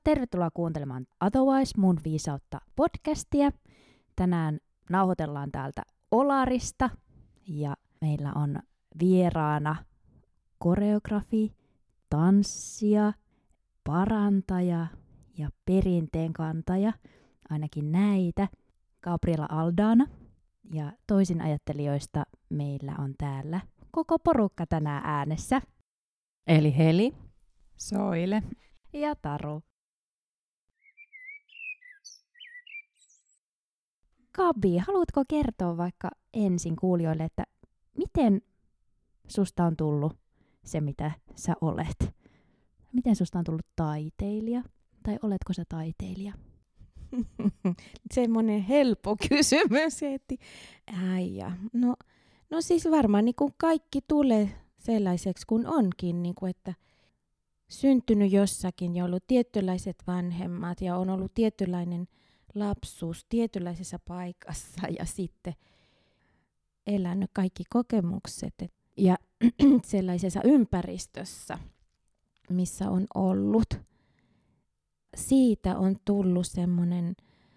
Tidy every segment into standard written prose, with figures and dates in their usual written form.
Tervetuloa kuuntelemaan Otherwise mun viisautta podcastia. Tänään nauhoitellaan täältä Olarista ja meillä on vieraana koreografi, tanssija, parantaja ja perinteen kantaja, ainakin näitä, Gabriela Aldana. Ja toisin ajattelijoista meillä on täällä koko porukka tänään äänessä. Eli Heli, Soile ja Taru. Gabi, haluatko kertoa vaikka ensin kuulijoille, että miten susta on tullut se, mitä sä olet? Miten susta on tullut taiteilija? Tai oletko sä taiteilija? Semmoinen helppo kysymys, että No siis varmaan niin kuin kaikki tulee sellaiseksi kuin onkin, niin kuin että syntynyt jossakin ja ollut tietynlaiset vanhemmat ja on ollut tietynlainen lapsuus tietynlaisessa paikassa ja sitten elänyt kaikki kokemukset ja sellaisessa ympäristössä, missä on ollut. Siitä on tullut semmoinen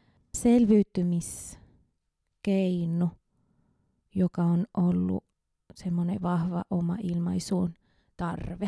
selviytymiskeino, joka on ollut semmoinen vahva oma ilmaisuun tarve.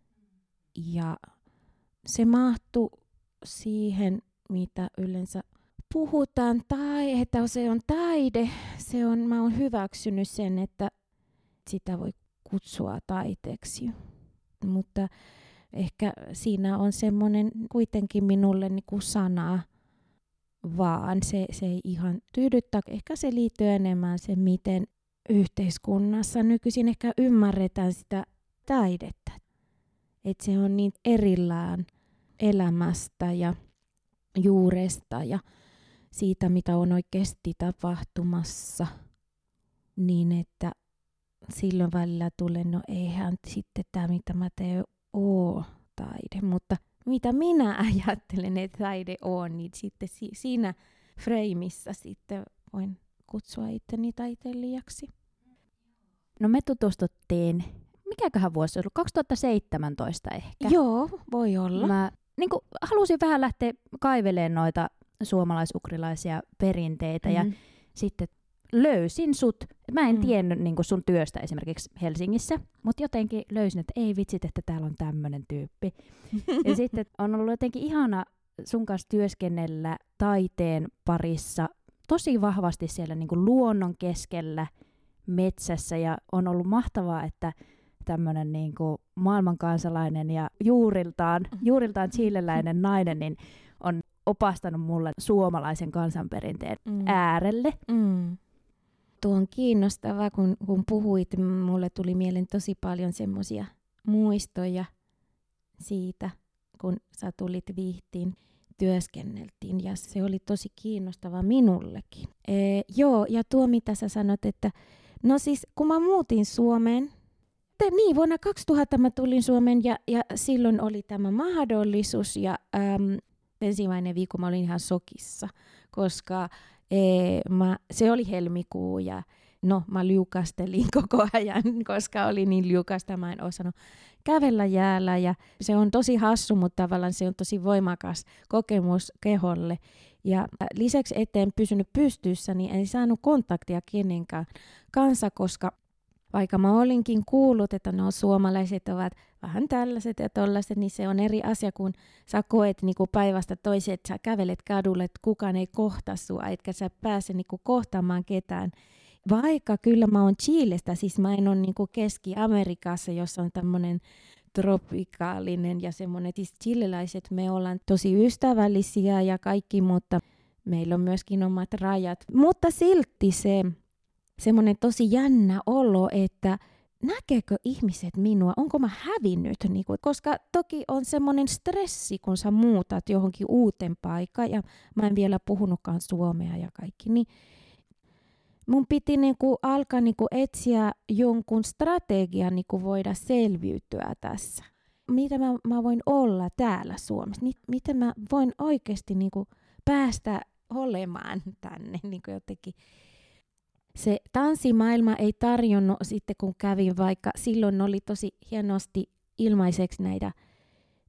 Ja se mahtuu siihen, mitä yleensä puhutaan, tai että se on taide. Mä oon hyväksynyt sen, että sitä voi kutsua taiteeksi. Mutta ehkä siinä on semmoinen kuitenkin minulle niin kuin sana, vaan se ei ihan tyydyttää. Ehkä se liittyy enemmän se, miten yhteiskunnassa nykyisin ehkä ymmärretään sitä taidetta. Että se on niin erillään elämästä ja juuresta ja siitä, mitä on oikeasti tapahtumassa. Niin että silloin välillä tulee, no eihän sitten tämä, mitä mä teen, ole taide. Mutta mitä minä ajattelen, että taide on, niin sitten siinä freimissä sitten voin kutsua itteni taiteilijaksi. No me tutustuttiin, mikäköhän vuosi ollut, 2017 ehkä. Joo, voi olla. Mä halusin vähän lähteä kaivelemaan noita suomalais-ukrilaisia perinteitä ja sitten löysin sut. Mä en tiennyt sun työstä esimerkiksi Helsingissä, mutta jotenkin löysin, että ei vitsit, että täällä on tämmönen tyyppi. Ja sitten on ollut jotenkin ihana sun kanssa työskennellä taiteen parissa tosi vahvasti siellä luonnon keskellä metsässä ja on ollut mahtavaa, että tämmöinen maailmankansalainen ja juuriltaan chileläinen nainen niin on opastanut mulle suomalaisen kansanperinteen äärelle. Tuo on kiinnostavaa, kun puhuit, mulle tuli mieleen tosi paljon semmoisia muistoja siitä, kun sä tulit Vihtiin, työskenneltiin ja se oli tosi kiinnostavaa minullekin. Joo, ja tuo mitä sä sanot, että no siis kun mä muutin Suomeen, vuonna 2000 mä tulin Suomeen ja silloin oli tämä mahdollisuus ja ensimmäinen viikko mä olin ihan shokissa, koska se oli helmikuu ja mä liukastelin koko ajan, koska oli niin liukasta, mä en osannut kävellä jäällä ja se on tosi hassu, mutta tavallaan se on tosi voimakas kokemus keholle. Ja lisäksi eteen pysynyt pystyssä, niin en saanut kontaktia kenenkään kanssa, koska vaikka mä olinkin kuullut, että suomalaiset ovat vähän tällaiset ja tollaiset, niin se on eri asia, kun sä koet päivästä toiseen, että sä kävelet kadulle, että kukaan ei kohta sua, etkä sä pääse kohtaamaan ketään. Vaikka kyllä mä oon Chilestä, siis mä en ole Keski-Amerikassa, jossa on tämmöinen tropikaalinen ja semmoinen, siis chileläiset me ollaan tosi ystävällisiä ja kaikki, mutta meillä on myöskin omat rajat. Mutta silti semmoinen tosi jännä olo, että näkeekö ihmiset minua, onko mä hävinnyt, koska toki on semmoinen stressi, kun sä muutat johonkin uuteen paikkaan ja mä en vielä puhunutkaan suomea ja kaikki, niin mun piti alkaa etsiä jonkun strategian voida selviytyä tässä. Mitä mä voin olla täällä Suomessa? Miten mä voin oikeasti päästä olemaan tänne jotenkin. Se tanssimaailma ei tarjonnut sitten kun kävin, vaikka silloin oli tosi hienosti ilmaiseksi näitä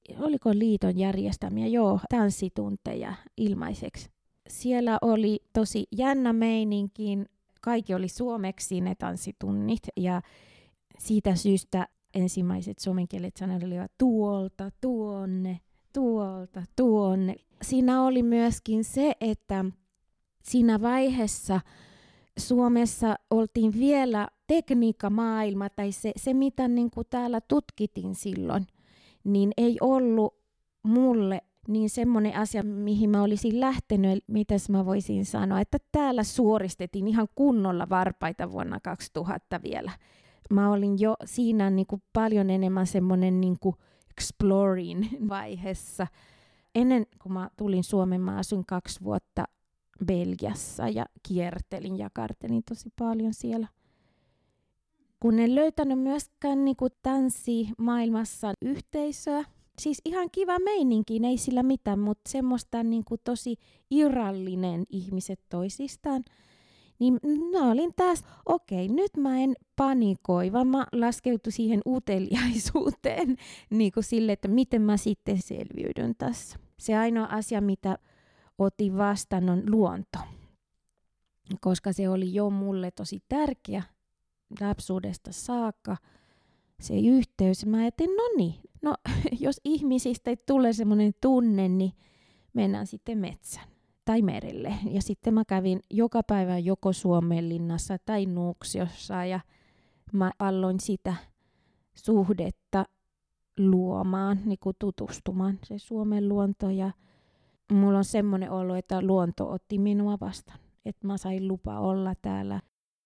oliko liiton järjestämiä, tanssitunteja ilmaiseksi. Siellä oli tosi jännä meininki, kaikki oli suomeksi ne tanssitunnit ja siitä syystä ensimmäiset suomenkieliset sanat olivat tuolta, tuonne, tuolta, tuonne. Siinä oli myöskin se, että siinä vaiheessa Suomessa oltiin vielä tekniikkamaailma tai se mitä niin kuin täällä tutkittiin silloin, niin ei ollut mulle niin semmoinen asia, mihin mä olisin lähtenyt, mitäs mä voisin sanoa, että täällä suoristettiin ihan kunnolla varpaita vuonna 2000 vielä. Mä olin jo siinä niin kuin paljon enemmän semmoinen niin kuin exploring vaiheessa. Ennen kuin mä tulin Suomeen, mä asuin 2 vuotta Belgiassa ja kiertelin ja kartelin tosi paljon siellä. Kun en löytänyt myöskään niin kuin tanssimaailmassa yhteisöä, siis ihan kiva meininki, ei sillä mitään, mutta semmoista niin kuin tosi irrallinen ihmiset toisistaan. Niin mä olin taas, nyt mä en panikoi, vaan mä laskeutuin siihen uteliaisuuteen niin kuin sille, että miten mä sitten selviydyn tässä. Se ainoa asia, mitä otin vastaan, on luonto, koska se oli jo mulle tosi tärkeä lapsuudesta saakka. Se yhteys, mä ajattelin, jos ihmisistä ei tule semmoinen tunne, niin mennään sitten metsään tai merelle. Ja sitten mä kävin joka päivä joko Suomenlinnassa tai Nuuksiossa ja mä aloin sitä suhdetta luomaan, niin kuin tutustumaan se Suomen luonto. Ja mulla on semmoinen olo, että luonto otti minua vastaan, että mä sain lupa olla täällä.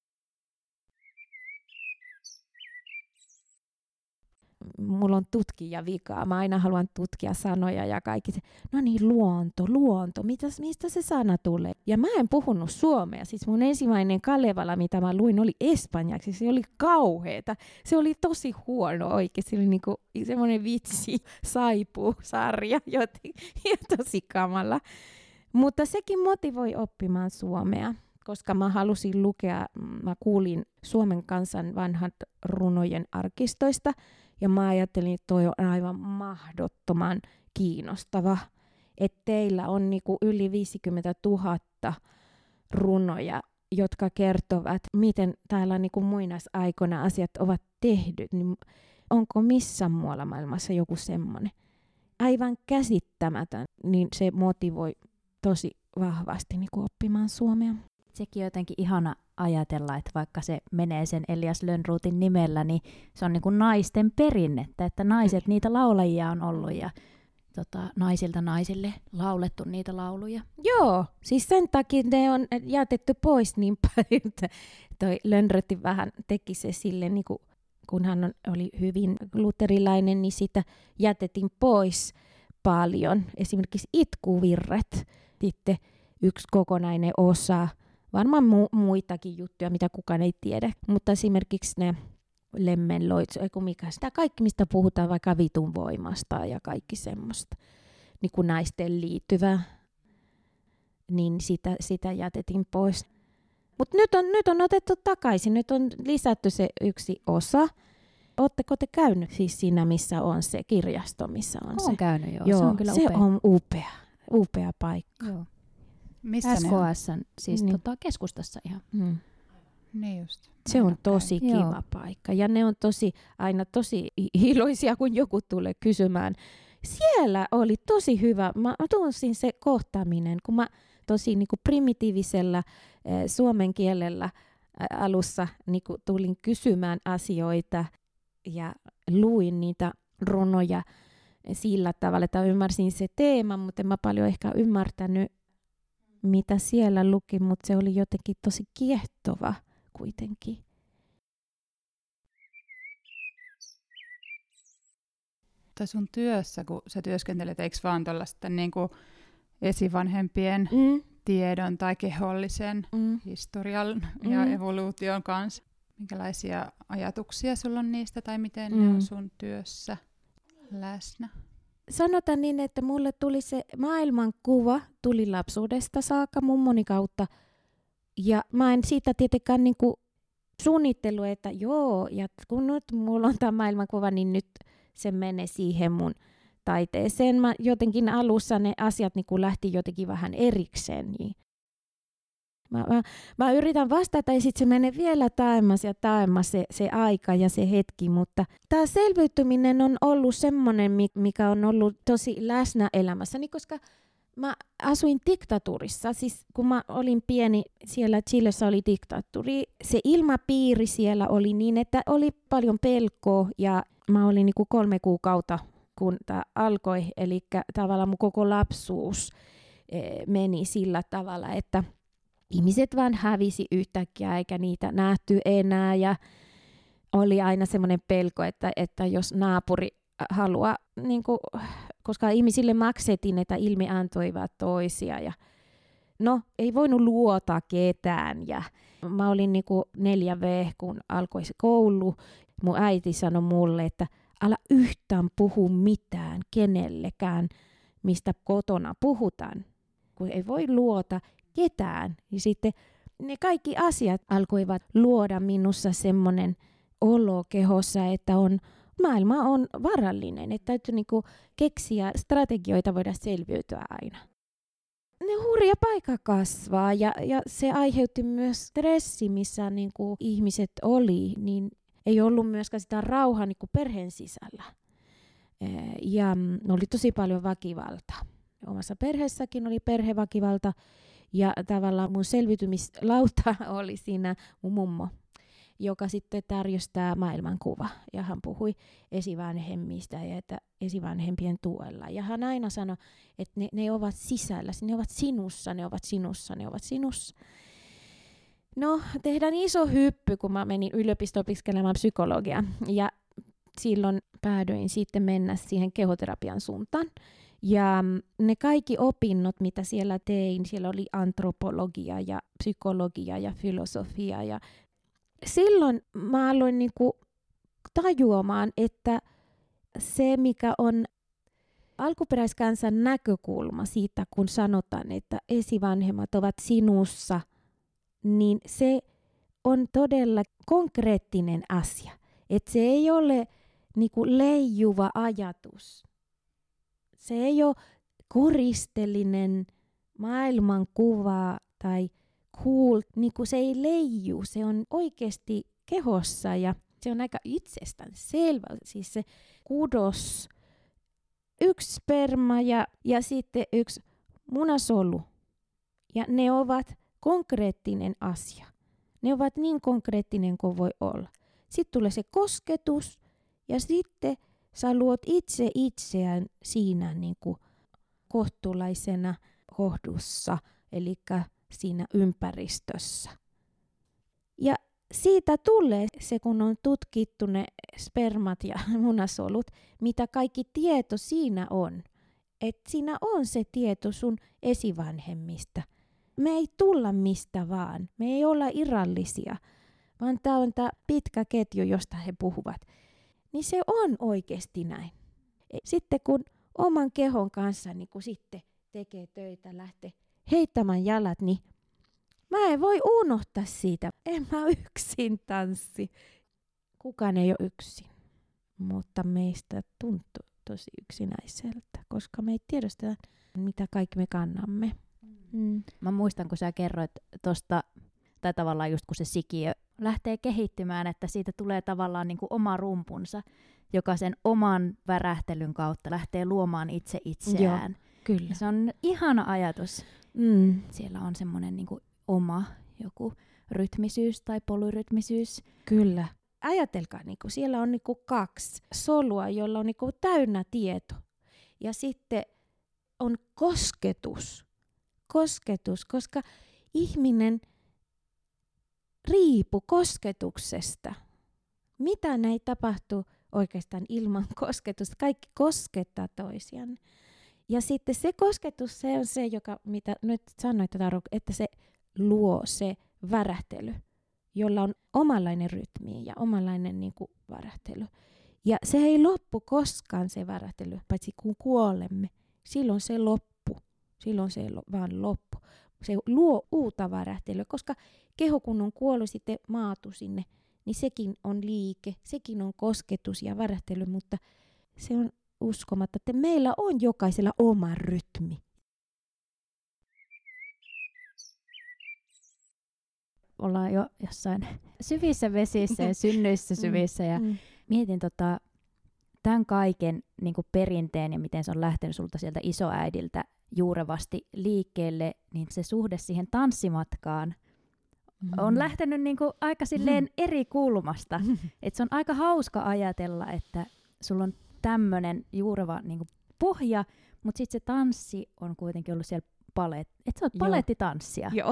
Mulla on tutkijavikaa. Mä aina haluan tutkia sanoja ja kaikki se. No niin, luonto. Mistä se sana tulee? Ja mä en puhunut suomea. Siis mun ensimmäinen Kalevala, mitä mä luin, oli espanjaksi. Se oli kauheeta. Se oli tosi huono oikein. Se oli niinku semmoinen vitsi, saipu-sarja, ja tosi kamala. Mutta sekin motivoi oppimaan suomea, koska mä halusin lukea, mä kuulin Suomen kansan vanhat runojen arkistoista, ja mä ajattelin, että toi on aivan mahdottoman kiinnostava, että teillä on niinku yli 50 000 runoja, jotka kertovat, miten täällä niinku muinaisaikoina asiat ovat tehdyt. Niin onko missään muualla maailmassa joku semmoinen? Aivan käsittämätön, niin se motivoi tosi vahvasti niinku oppimaan suomea. Sekin on jotenkin ihana ajatella, että vaikka se menee sen Elias Lönnrotin nimellä, niin se on niin kuin naisten perinnettä, että naiset, niitä laulajia on ollut ja naisilta naisille laulettu niitä lauluja. Joo, siis sen takia ne on jätetty pois niin paljon, että toi Lönnrot vähän teki se sille, niin kun hän oli hyvin luterilainen, niin sitä jätettiin pois paljon. Esimerkiksi itkuvirret, sitten yksi kokonainen osa. Varmaan muitakin juttuja, mitä kukaan ei tiedä. Mutta esimerkiksi ne lemmenloitsu, sitä kaikki, mistä puhutaan vaikka vitun voimasta ja kaikki semmoista, niin kuin naisten liittyvä, niin sitä jätettiin pois. Mutta nyt on otettu takaisin, nyt on lisätty se yksi osa. Oletteko te käynyt siis siinä, missä on se kirjasto, missä on se? Olen käynyt, joo. Se on kyllä upea. Se on upea paikka. Joo. Missä SKS:n, siis keskustassa ihan. Niin just. Se on tosi kiva paikka. Ja ne on aina tosi iloisia, kun joku tulee kysymään. Siellä oli tosi hyvä. Mä tunsin se kohtaaminen, kun mä tosi niin kuin primitiivisellä suomen kielellä alussa niin kuin tulin kysymään asioita ja luin niitä runoja sillä tavalla, että ymmärsin se teema, mutta en mä paljon ehkä ymmärtänyt, mitä siellä luki, mutta se oli jotenkin tosi kiehtova kuitenkin. Tai sun työssä, kun sä työskentelet, eikö vaan tuollaista niin kuin esivanhempien tiedon tai kehollisen historian ja evoluution kanssa? Minkälaisia ajatuksia sulla on niistä tai miten ne on sun työssä läsnä? Sanotaan niin, että mulle tuli se maailmankuva, tuli lapsuudesta saakka mummoni kautta. Ja mä en siitä tietenkään niinku suunnittelu, että ja kun nyt mulla on tämä maailmankuva, niin nyt se menee siihen mun taiteeseen. Mä jotenkin alussa ne asiat niin kuin lähti jotenkin vähän erikseen. Niin. Mä yritän vastata ja sitten se menee vielä taemmas ja taemmas se aika ja se hetki, mutta tämä selviytyminen on ollut semmoinen, mikä on ollut tosi läsnä elämässäni, koska mä asuin diktatuurissa. Siis kun mä olin pieni, siellä Chilessä oli diktatuuri. Se ilmapiiri siellä oli niin, että oli paljon pelkoa ja mä olin niin kuin 3 kuukautta, kun tämä alkoi. Eli tavallaan mun koko lapsuus meni sillä tavalla, että ihmiset vaan hävisi yhtäkkiä eikä niitä nähty enää ja oli aina semmoinen pelko, että jos naapuri haluaa, niin kuin, koska ihmisille maksettiin, että ilmiantoivat toisia ja no ei voinut luota ketään ja mä olin niin kuin 4V, kun alkoi se koulu. Mun äiti sanoi mulle, että älä yhtään puhu mitään kenellekään, mistä kotona puhutaan, kun ei voi luota ketään. Ja sitten ne kaikki asiat alkoivat luoda minussa semmoinen olo kehossa, että maailma on varallinen, että täytyy niinku keksiä strategioita voida selviytyä aina. Ne hurja paikka kasvaa ja se aiheutti myös stressi, missä niinku ihmiset oli, niin ei ollut myöskään sitä rauhaa niinku perheen sisällä. Ja oli tosi paljon väkivaltaa. Omassa perheessäkin oli perheväkivalta. Ja tavallaan mun selviytymislauta oli siinä mun mummo, joka sitten tarjosi tämä maailmankuva. Ja hän puhui esivanhemmista ja että esivanhempien tuella. Ja hän aina sanoi, että ne ovat sisällä, ne ovat sinussa, ne ovat sinussa, ne ovat sinussa. No, tehdään iso hyppy, kun mä menin yliopistoon opiskelemaan psykologiaa. Ja silloin päädyin sitten mennä siihen kehoterapian suuntaan. Ja ne kaikki opinnot, mitä siellä tein, siellä oli antropologia ja psykologia ja filosofia. Ja silloin mä aloin niinku tajuamaan, että se mikä on alkuperäiskansan näkökulma siitä, kun sanotaan, että esivanhemmat ovat sinussa, niin se on todella konkreettinen asia. Että se ei ole niinku leijuva ajatus. Se ei ole koristellinen maailmankuva tai cool, niin kuin se ei leiju, se on oikeasti kehossa ja se on aika itsestään selvä. Siis se kudos, 1 sperma ja sitten 1 munasolu. Ja ne ovat konkreettinen asia. Ne ovat niin konkreettinen kuin voi olla. Sitten tulee se kosketus ja sitten sä luot itse itseään siinä niin kuin kohtulaisena kohdussa, eli siinä ympäristössä. Ja siitä tulee se, kun on tutkittu ne spermat ja munasolut, mitä kaikki tieto siinä on. Että siinä on se tieto sun esivanhemmista. Me ei tulla mistä vaan. Me ei olla irrallisia, vaan tämä on tämä pitkä ketju, josta he puhuvat. Niin se on oikeasti näin. Sitten kun oman kehon kanssa niin kun sitten tekee töitä, lähtee heittämään jalat, niin mä en voi unohtaa siitä. En mä yksin tanssi. Kukaan ei ole yksin, mutta meistä tuntuu tosi yksinäiseltä, koska me ei tiedosta, mitä kaikki me kannamme. Mä muistan, kun sä kerroit tuosta, tai tavallaan just kun se sikiö lähtee kehittymään, että siitä tulee tavallaan niin kuin oma rumpunsa, joka sen oman värähtelyn kautta lähtee luomaan itse itseään. Joo, kyllä. Ja se on ihana ajatus. Siellä on semmoinen niin kuin oma joku rytmisyys tai polyrytmisyys. Kyllä. Ajatelkaa, niin kuin siellä on niin kuin 2 solua, jolla on niin kuin täynnä tieto. Ja sitten on kosketus, koska ihminen riippuu kosketuksesta. Mitä ei tapahtu oikeastaan ilman kosketusta? Kaikki koskettaa toisiaan. Ja sitten se kosketus, se on se, joka, mitä nyt sanoit, että se luo se värähtely, jolla on omanlainen rytmi ja omanlainen niin kuin värähtely. Ja se ei loppu koskaan se värähtely, paitsi kun kuolemme. Silloin se loppu. Silloin se vaan loppu. Se luo uutta värähtelyä, koska keho kun on kuollut sitten maatu sinne, niin sekin on liike, sekin on kosketus ja värähtely, mutta se on uskomatta, että meillä on jokaisella oma rytmi. Ollaan jo jossain syvissä vesissä ja synnyissä syvissä ja mietin tämän kaiken niin kuin perinteen ja miten se on lähtenyt sulta sieltä isoäidiltä juurevasti liikkeelle, niin se suhde siihen tanssimatkaan on lähtenyt niin kuin aika silleen eri kulmasta. Et se on aika hauska ajatella, että sulla on tämmöinen juureva niin kuin pohja, mutta sitten se tanssi on kuitenkin ollut siellä että sä oot palettitanssia. Joo.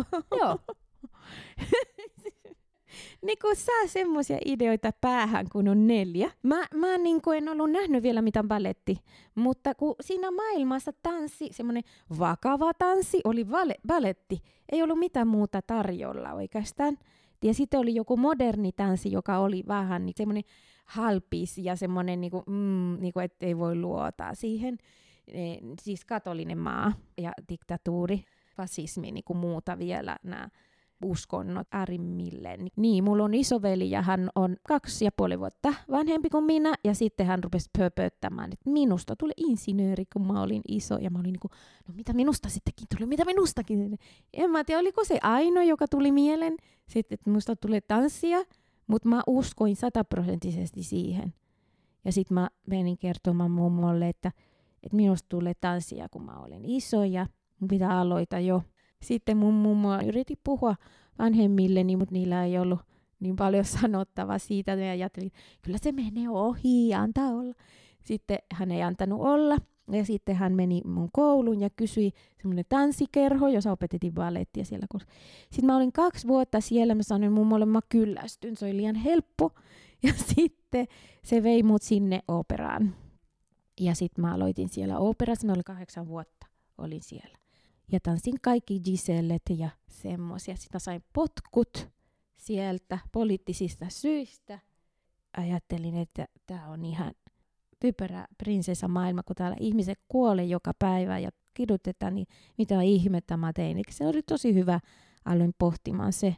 Niin kun saa semmoisia ideoita päähän, kun on 4. Mä niin kuin en ollut nähnyt vielä mitään baletti, mutta kun siinä maailmassa tanssi, semmoinen vakava tanssi, oli baletti. Ei ollut mitään muuta tarjolla oikeastaan. Ja sitten oli joku moderni tanssi, joka oli vähän niin semmoinen halpis ja semmoinen, niin kuin, että ei voi luottaa siihen. Siis katolinen maa ja diktatuuri, fasismi, niin kuin muuta vielä nämä uskonnot äärimmilleen. Niin, mulla on isoveli ja hän on 2,5 vuotta vanhempi kuin minä ja sitten hän rupesi pöpöttämään, että minusta tuli insinööri, kun mä olin iso ja mä olin niinku, no mitä minusta sittenkin tuli, mitä minustakin. En mä tiedä, oliko se ainoa, joka tuli mieleen, sitten että minusta tulee tanssia, mutta mä uskoin 100% siihen. Ja sitten mä menin kertomaan mummolle, että minusta tulee tanssia, kun mä olen iso ja mun pitää aloittaa jo. Sitten mun mummo yritti puhua vanhemmilleni, mutta niillä ei ollut niin paljon sanottavaa siitä. Ja ajattelin, kyllä se menee ohi, antaa olla. Sitten hän ei antanut olla. Ja sitten hän meni mun kouluun ja kysyi semmoinen tanssikerho, jossa opetettiin balettia siellä. Sitten mä olin 2 vuotta siellä, mä sanoin mummolle, mä kyllästyn, se oli liian helppo. Ja sitten se vei mut sinne operaan. Ja sitten mä aloitin siellä operassa, mä olin 8 vuotta, olin siellä. Ja tanssin kaikki Gisellet ja semmoisia. Sitten sain potkut sieltä poliittisista syistä. Ajattelin, että tämä on ihan typerä prinsessamaailma, kun täällä ihmiset kuolee joka päivä ja kidutetaan, niin mitä ihmettä mä tein. Eli se oli tosi hyvä, aloin pohtimaan se.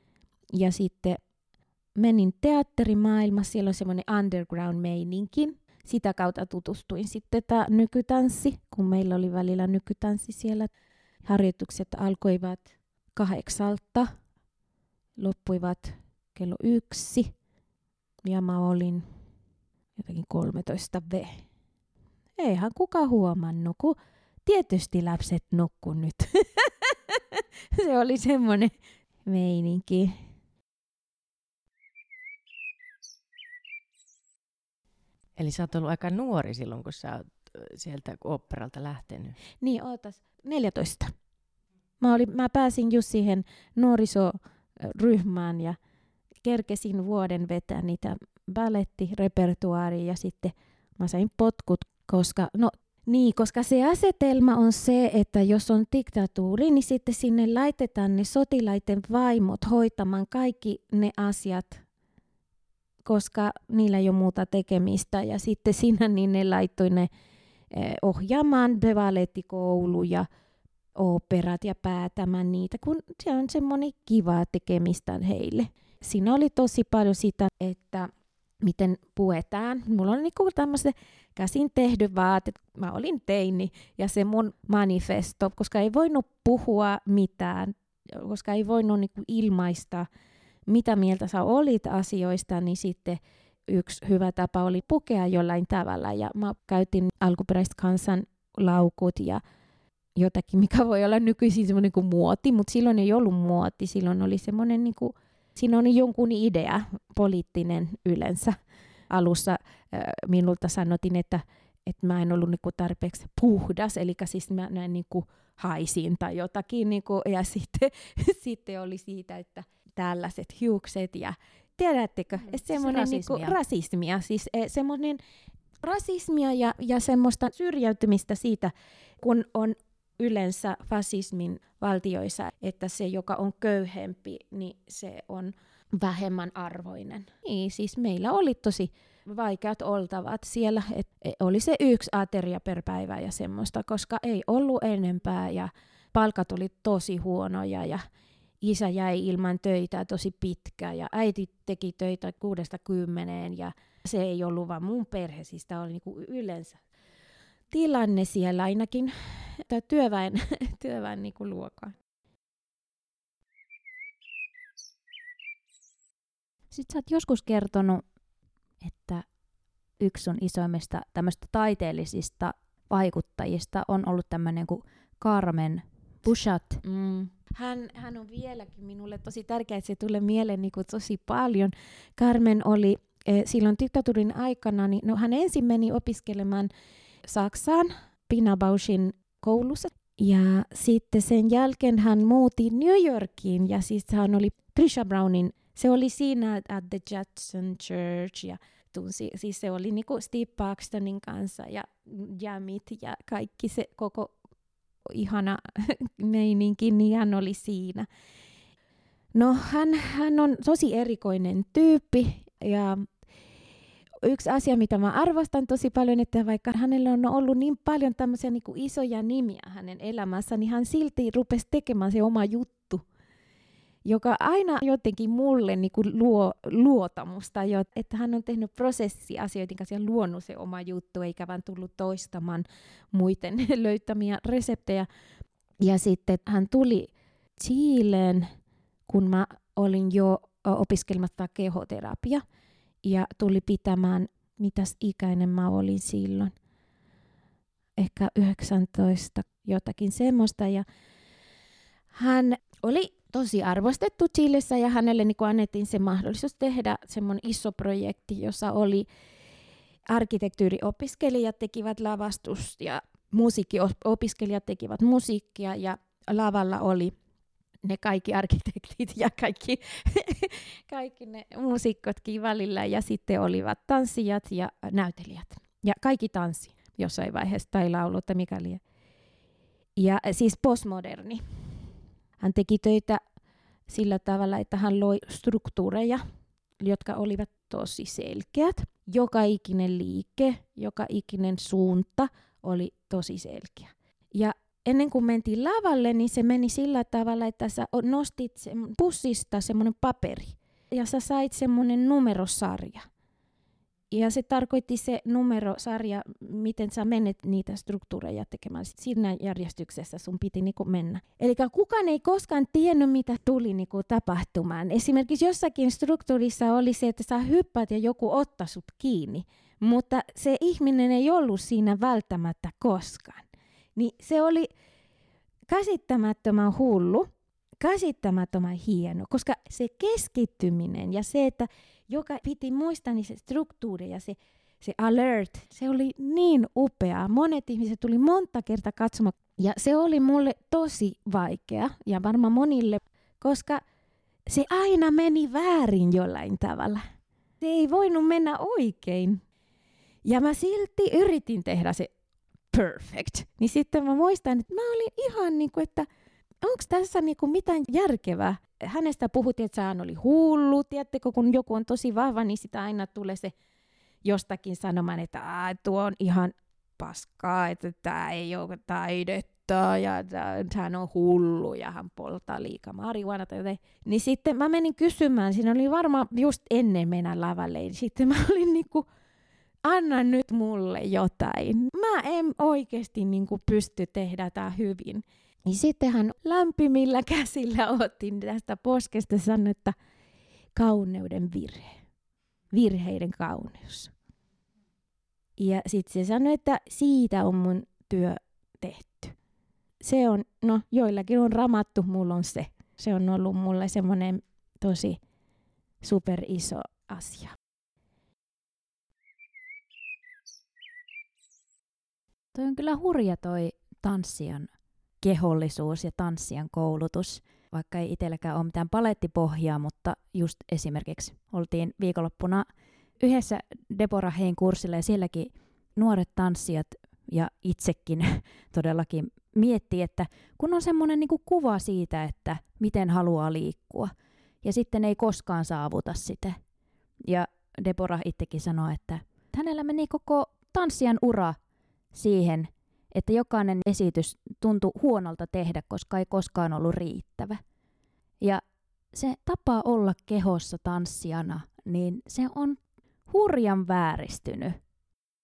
Ja sitten menin teatterimaailmassa, siellä on semmoinen underground-meininki. Sitä kautta tutustuin sitten nykytanssi, kun meillä oli välillä nykytanssi siellä. Harjoitukset alkoivat 8, loppuivat kello 1 ja mä olin jotakin 13V. Eihän kukaan huomannut, kun tietysti lapset nukkuu nyt. Se oli semmoinen meininki. Eli sä oot ollut aika nuori silloin, kun sä oot sieltä oopperalta lähtenyt. Niin, ootas. 14. Mä pääsin just siihen nuorisoryhmään ja kerkesin vuoden vetää niitä balettirepertuaaria ja sitten mä sain potkut, koska se asetelma on se, että jos on diktatuuri, niin sitten sinne laitetaan ne sotilaiden vaimot hoitamaan kaikki ne asiat, koska niillä ei ole muuta tekemistä. Ja sitten siinä niin ne laittoi ne ohjaamaan balettikoulu ja operat ja päätämään niitä, kun se on semmoinen kiva tekemistä heille. Siinä oli tosi paljon sitä, että miten puetaan. Mulla on niinku tämmöiset käsin tehty vaatet. Mä olin teini ja se mun manifesto, koska ei voinut puhua mitään, koska ei voinut niinku ilmaista, mitä mieltä sä olit asioista, niin sitten yksi hyvä tapa oli pukea jollain tavalla. Ja mä käytin alkuperäiskansan laukut ja jotakin, mikä voi olla nykyisin semmoinen kuin muoti, mutta silloin ei ollut muoti. Silloin oli semmoinen, niin kuin, siinä on jonkun idea, poliittinen yleensä. Alussa minulta sanottiin, että mä en ollut niin kuin tarpeeksi puhdas, eli siis mä näin niin kuin haisin tai jotakin. Niin kuin, ja sitten oli siitä, että tällaiset hiukset ja tiedättekö, semmoinen niinku rasismia, siis semmoinen rasismia ja semmoista syrjäytymistä siitä, kun on yleensä fasismin valtioissa, että se, joka on köyhempi, niin se on vähemmän arvoinen. Niin, siis meillä oli tosi vaikeat oltavat siellä, että oli se 1 ateria per päivä ja semmoista, koska ei ollut enempää ja palkat oli tosi huonoja ja isä jäi ilman töitä tosi pitkään ja äiti teki töitä 6-10 ja se ei ollut vaan mun perhe, siis tämä oli niinku yleensä tilanne siellä ainakin työväen niin kuin luokan. Sitten sä oot joskus kertonut, että yksi sun isoimmista tämmöistä taiteellisista vaikuttajista on ollut tämmöinen kuin Carmen Buchat. Hän on vieläkin minulle tosi tärkeä, että se tulee mieleen niin kuin tosi paljon. Carmen oli silloin diktatuurin aikana, niin hän ensin meni opiskelemaan Saksaan Pina Bauschin koulussa. Ja sitten sen jälkeen hän muutti New Yorkiin ja siis hän oli Prisha Brownin. Se oli siinä at the Judson Church ja siis se oli niinku Steve Paxtonin kanssa ja Jamit ja kaikki se koko ihana meininki, niin hän oli siinä. No hän on tosi erikoinen tyyppi ja yksi asia, mitä mä arvostan tosi paljon, että vaikka hänellä on ollut niin paljon tämmöisiä niinku isoja nimiä hänen elämässä, niin hän silti rupesi tekemään se oma juttu, joka aina jotenkin mulle niinku luo luotamusta, että hän on tehnyt prosessiasioiden kanssa ja luonut se oma juttu, eikä vaan tullut toistamaan muiden löytämiä reseptejä. Ja sitten hän tuli Chileen, kun mä olin jo opiskelematta kehoterapia, ja tuli pitämään, mitäs ikäinen mä olin silloin, ehkä 19, jotakin semmoista, ja hän oli tosi arvostettu Chilessä ja hänelle niin annettiin se mahdollisuus tehdä semmoinen iso projekti, jossa oli arkkitehtuuriopiskelijat tekivät lavastusta ja musiikkiopiskelijat tekivät musiikkia ja lavalla oli ne kaikki arkkitehtit ja kaikki ne musiikkotkin välillä ja sitten olivat tanssijat ja näytelijät ja kaikki tanssi jossain vaiheessa tai laulu tai mikäli. Ja siis postmoderni. Hän teki töitä sillä tavalla, että hän loi struktuureja, jotka olivat tosi selkeät. Joka ikinen liike, joka ikinen suunta oli tosi selkeä. Ja ennen kuin mentiin lavalle, niin se meni sillä tavalla, että sä nostit pussista semmoinen paperi ja sä sait semmoinen numerosarja. Ja se tarkoitti se numerosarja, miten sä menet niitä struktuureja tekemään. Siinä järjestyksessä sun piti niinku mennä. Eli kukaan ei koskaan tiennyt, mitä tuli niinku tapahtumaan. Esimerkiksi jossakin struktuurissa oli se, että sä hyppäät ja joku ottaa sut kiinni. Mutta se ihminen ei ollut siinä välttämättä koskaan. Niin se oli käsittämättömän hullu, käsittämättömän hieno, koska se keskittyminen ja se, että joka piti muistaa niin se struktuuri ja se alert, se oli niin upea. Monet ihmiset tuli monta kertaa katsomaan ja se oli mulle tosi vaikea ja varmaan monille, koska se aina meni väärin jollain tavalla. Se ei voinut mennä oikein. Ja mä silti yritin tehdä se perfect. Niin sitten mä muistan, että mä olin ihan niin kuin, että onko tässä niin kuin mitään järkevää? Hänestä puhuttiin, että hän oli hullu. Tiedättekö, kun joku on tosi vahva, niin sitä aina tulee se jostakin sanomaan, että tuo on ihan paskaa, että tämä ei ole taidetta ja hän on hullu ja hän polttaa liikaa marihuana tai jotain. Niin sitten mä menin kysymään, siinä oli varmaan just ennen mennä lavalle, niin sitten mä olin niinku, anna nyt mulle jotain. Mä en oikeasti niinku pysty tehdä tää hyvin. Niin sitten hän lämpimillä käsillä otti tästä poskesta ja sanoi, että kauneuden virhe. Virheiden kauneus. Ja sitten se sanoi, että siitä on mun työ tehty. Se on, no joillakin on ramattu, mulla on se. Se on ollut mulle semmoinen tosi super iso asia. Toi on kyllä hurja toi tanssijan kehollisuus ja tanssijan koulutus, vaikka ei itselläkään ole mitään palettipohjaa, mutta just esimerkiksi oltiin viikonloppuna yhdessä Deborah Hein kurssilla ja sielläkin nuoret tanssijat ja itsekin todellakin miettii, että kun on semmoinen niinku kuva siitä, että miten haluaa liikkua ja sitten ei koskaan saavuta sitä. Ja Deborah itsekin sanoi, että hänellä meni koko tanssijan ura siihen, että jokainen esitys tuntui huonolta tehdä, koska ei koskaan ollut riittävä. Ja se tapa olla kehossa tanssijana, niin se on hurjan vääristynyt.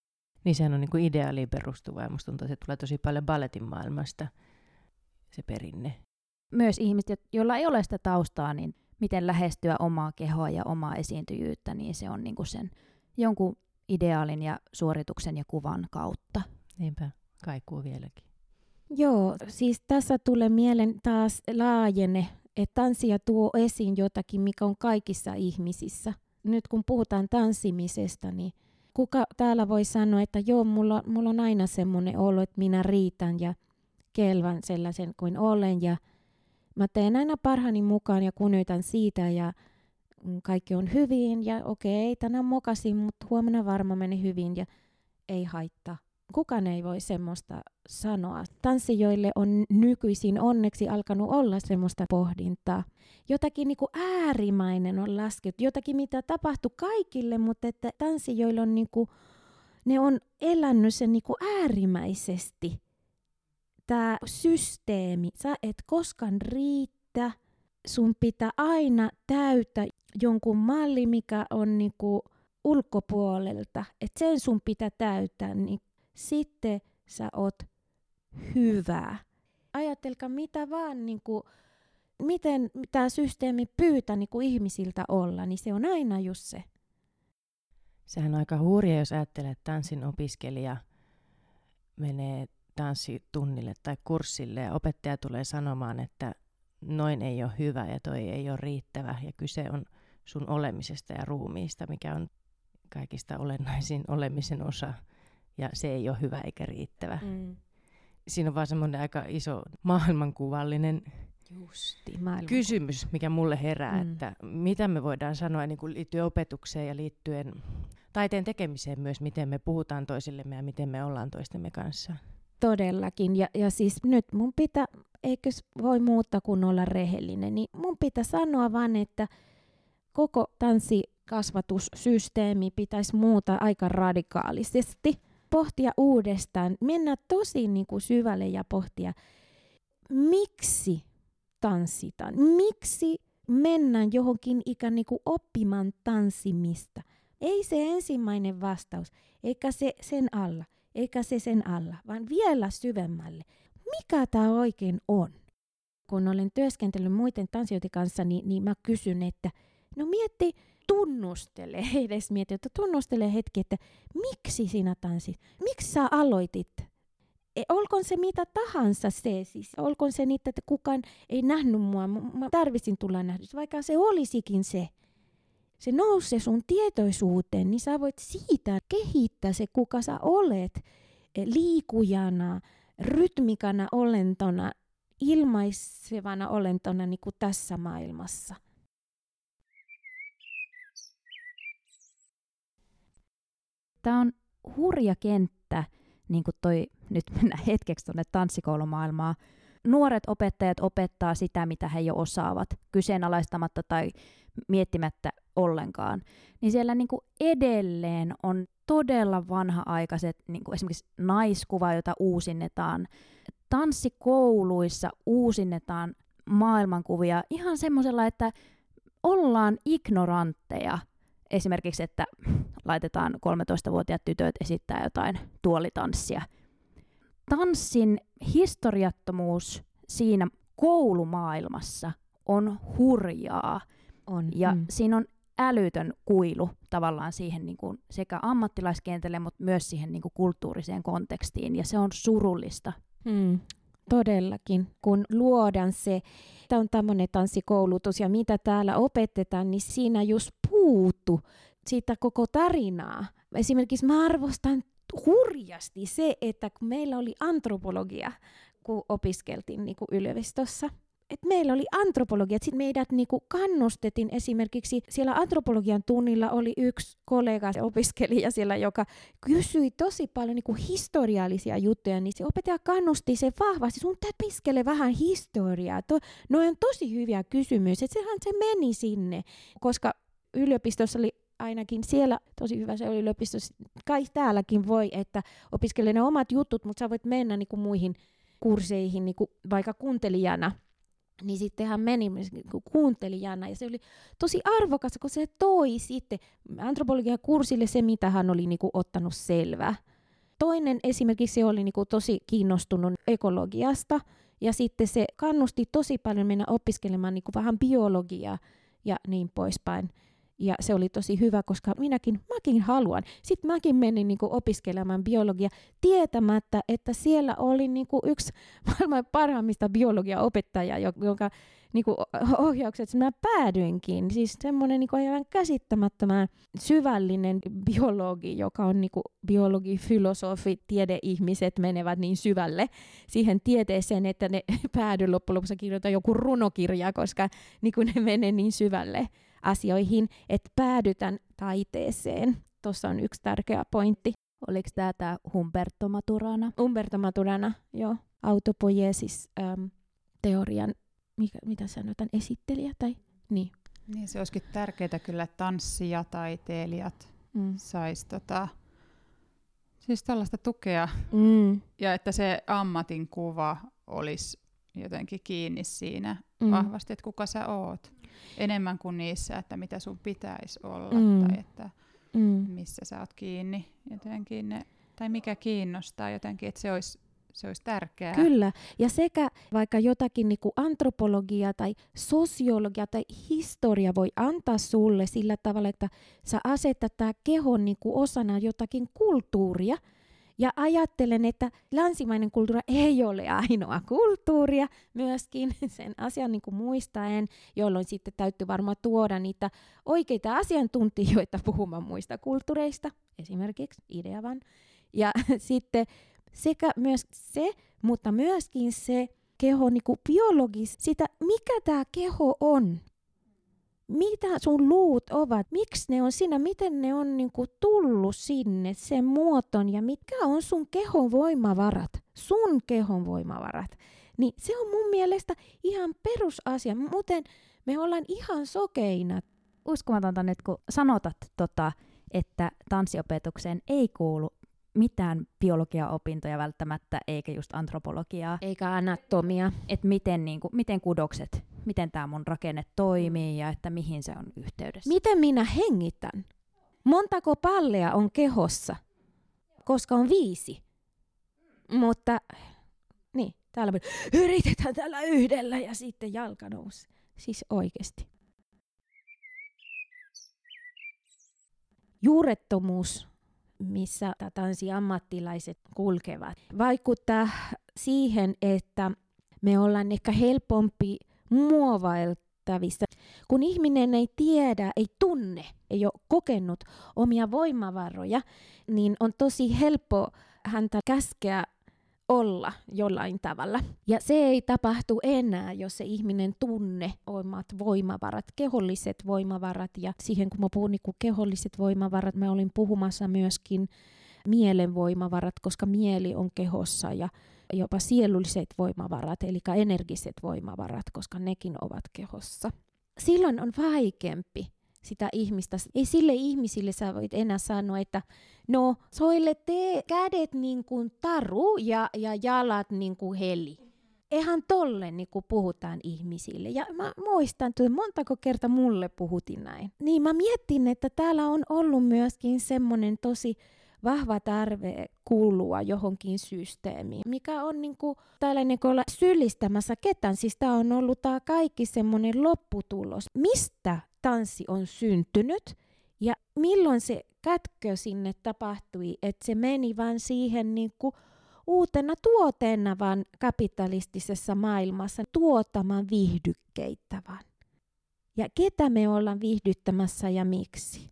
Niin sehän on niin kuin ideaaliin perustuva ja musta tuntuu, että se tulee tosi paljon balletin maailmasta, se perinne. Myös ihmiset, joilla ei ole sitä taustaa, niin miten lähestyä omaa kehoa ja omaa esiintyjyyttä, niin se on niin kuin sen jonkun ideaalin ja suorituksen ja kuvan kautta. Niinpä, kaikuu vieläkin. Joo, siis tässä tulee mieleen taas laajenne, että tanssija tuo esiin jotakin, mikä on kaikissa ihmisissä. Nyt kun puhutaan tanssimisesta, niin kuka täällä voi sanoa, että joo, mulla on aina semmoinen olo, että minä riitän ja kelvan sellaisen kuin olen ja mä teen aina parhaani mukaan ja kunnioitan siitä ja kaikki on hyvin ja okei, tänään mokasin, mutta huomenna varmaan meni hyvin ja ei haittaa. Kukaan ei voi semmoista sanoa. Tanssijoille on nykyisin onneksi alkanut olla semmoista pohdintaa. Jotakin niin kuin äärimmäinen on laskettu, jotakin mitä tapahtui kaikille, mutta että tanssijoille on niin kuin, ne on elänyt sen niin kuin äärimmäisesti. Tämä systeemi, sä et koskaan riitä, sun pitää aina täyttää jonkun malli, mikä on niin kuin ulkopuolelta, että sen sun pitää täyttää, niin sitten sä oot hyvä. Ajatelkaa mitä vaan, niin kuin, miten tämä systeemi pyytää niin kuin ihmisiltä olla, niin se on aina just se. Sehän on aika hurja, jos ajattelee, että tanssin opiskelija menee tanssitunnille tai kurssille ja opettaja tulee sanomaan, että noin ei ole hyvä ja toi ei ole riittävä ja kyse on sun olemisesta ja ruumiista, mikä on kaikista olennaisin olemisen osa ja se ei ole hyvä eikä riittävä. Siinä on vaan semmoinen aika iso maailmankuvallinen kysymys, mikä mulle herää, että mitä me voidaan sanoa niin kuin liittyen opetukseen ja liittyen taiteen tekemiseen myös, miten me puhutaan toisillemme ja miten me ollaan toistemme kanssa. Todellakin. Ja siis nyt mun pitää, eikö voi muuta kuin olla rehellinen, niin mun pitää sanoa vaan, että koko tanssikasvatussysteemi pitäisi muuttaa aika radikaalisesti. Pohtia uudestaan, mennä tosi niin kuin syvälle ja pohtia, miksi tanssitaan, miksi mennään johonkin ikään niin kuin oppimaan tanssimista. Ei se ensimmäinen vastaus, eikä se sen alla. Eikä se sen alla, vaan vielä syvemmälle. Mikä tämä oikein on? Kun olen työskentellyt muiden tanssijoiden kanssa, niin mä kysyn, että no tunnustele hetki, että miksi sinä tanssit? Miksi sä aloitit? Olkoon se mitä tahansa se, siis olkoon se niitä, että kukaan ei nähnyt mua, mä tarvitsin tulla nähdyksi, vaikka se olisikin se. Se nousee sun tietoisuuteen, niin sä voit siitä kehittää se, kuka sä olet, liikujana, rytmikana olentona, ilmaisevana olentona niin kuin tässä maailmassa. Tämä on hurja kenttä, niin kuin nyt mennään hetkeksi tuonne tanssikoulumaailmaan. Nuoret opettajat opettaa sitä, mitä he jo osaavat, kyseenalaistamatta tai miettimättä ollenkaan. Niin siellä niin kuin edelleen on todella vanha-aikaiset niin kuin esimerkiksi naiskuva, jota uusinnetaan. Tanssikouluissa uusinnetaan maailmankuvia ihan semmoisella, että ollaan ignorantteja. Esimerkiksi, että laitetaan 13-vuotiaat tytöt esittää jotain tuolitanssia. Tanssin historiattomuus siinä koulumaailmassa on hurjaa. Siinä on älytön kuilu tavallaan siihen niin kuin sekä ammattilaiskentälle, mutta myös siihen niin kuin kulttuuriseen kontekstiin, ja se on surullista. Todellakin, kun luodaan se, tämä on tämmöinen tanssikoulutus, ja mitä täällä opetetaan, niin siinä just puuttuu siitä koko tarinaa. Esimerkiksi mä arvostan hurjasti se, että kun meillä oli antropologia, kun opiskeltiin niin kuin yliopistossa, että meillä oli antropologia, että sitten meidät niinku kannustettiin esimerkiksi, siellä antropologian tunnilla oli yksi kollega, opiskelija siellä, joka kysyi tosi paljon niinku historiallisia juttuja, niin se opettaja kannusti se vahvasti, sun täytyy opiskele vähän historiaa, no on tosi hyviä kysymyksiä, että sehän se meni sinne, koska yliopistossa oli ainakin siellä, tosi hyvä se oli yliopistossa, kai täälläkin voi, että opiskelee ne omat jutut, mutta sä voit mennä niinku muihin kursseihin niinku vaikka kuuntelijana. Niin sitten hän meni kuuntelijana ja se oli tosi arvokas, kun se toi sitten antropologian kurssille se, mitä hän oli niinku ottanut selvää. Toinen esimerkiksi se oli niinku tosi kiinnostunut ekologiasta ja sitten se kannusti tosi paljon mennä opiskelemaan niinku vähän biologiaa ja niin poispäin. Ja se oli tosi hyvä, koska mäkin haluan. Sitten mäkin menin niinku opiskelemaan biologia tietämättä, että siellä oli niinku yksi maailman parhaimmista biologiaopettajaa, jonka niinku ohjauksessa mä päädyinkin. Siis semmoinen niinku aivan käsittämättömän syvällinen biologi, joka on niinku biologi, filosofi, tiedeihmiset menevät niin syvälle siihen tieteeseen, että ne päädy loppujen lopuksi kirjoittaa joku runokirja, koska niinku ne menee niin syvälle asioihin, että päädytään taiteeseen. Tuossa on yksi tärkeä pointti. Oliko tämä Humberto Maturana? Umberto Maturana, joo. Autopoiesis teorian, mitä sanotaan, esittelijä tai niin. Niin se olisikin tärkeää kyllä, että tanssijataiteilijat sais siis tällaista tukea ja että se ammatin kuva olisi jotenkin kiinni siinä vahvasti, että kuka sä oot. Enemmän kuin niissä, että mitä sun pitäisi olla tai että missä sä oot kiinni jotenkin tai mikä kiinnostaa jotenkin, että se olisi tärkeää. Kyllä, ja sekä vaikka jotakin niin kuin antropologia tai sosiologia tai historia voi antaa sulle sillä tavalla, että sä asetat tämä kehon niin kuin osana jotakin kulttuuria, ja ajattelen, että länsimainen kulttuuri ei ole ainoa kulttuuria myöskin sen asian niin kuin muistaen, jolloin sitten täytyy varmaan tuoda niitä oikeita asiantuntijoita puhumaan muista kulttuureista, esimerkiksi Ideavan. Ja sitten sekä myös se, mutta myöskin se keho niin kuin biologis, sitä mikä tämä keho on. Mitä sun luut ovat, miksi ne on siinä, miten ne on niinku tullut sinne, sen muoton ja mitkä on sun kehon voimavarat, niin se on mun mielestä ihan perusasia, muuten me ollaan ihan sokeina. Uskomatonta nyt, kun sanotat, että tanssiopetukseen ei kuulu mitään biologiaopintoja välttämättä, eikä just antropologiaa. Eikä anatomia. Että miten kudokset, miten tämä mun rakenne toimii ja että mihin se on yhteydessä. Miten minä hengitän? Montako pallea on kehossa? Koska on 5. Mutta niin, täällä yritetään tällä yhdellä ja sitten jalka nousi. Siis oikeasti. Juurettomuus, missä tanssiammattilaiset kulkevat, vaikuttaa siihen, että me ollaan ehkä helpompi muovailtavissa. Kun ihminen ei tiedä, ei tunne, ei ole kokenut omia voimavaroja, niin on tosi helppo häntä käskeä olla jollain tavalla. Ja se ei tapahtu enää, jos se ihminen tunne omat voimavarat, keholliset voimavarat. Ja siihen kun mä puhun niin keholliset voimavarat, mä olin puhumassa myöskin mielen voimavarat, koska mieli on kehossa ja jopa sielulliset voimavarat, eli energiset voimavarat, koska nekin ovat kehossa. Silloin on vaikeampi sitä ihmistä. Ei sille ihmisille sä voit enää sanoa, että no soille tee kädet niin kuin taru ja jalat niin kuin heli. Eihän tolle niin kuin puhutaan ihmisille. Ja mä muistan, että montako kertaa mulle puhutin näin. Niin mä mietin, että täällä on ollut myöskin semmoinen tosi vahva tarve kuulua johonkin systeemiin, mikä on niinku tällainen, kun olla syyllistämässä ketään. Siis tämä on ollut tää kaikki semmoinen lopputulos. Mistä tanssi on syntynyt ja milloin se kätkö sinne tapahtui, että se meni vaan siihen niinku uutena tuoteena vaan kapitalistisessa maailmassa tuottamaan viihdykkeitä vaan. Ja ketä me ollaan viihdyttämässä ja miksi?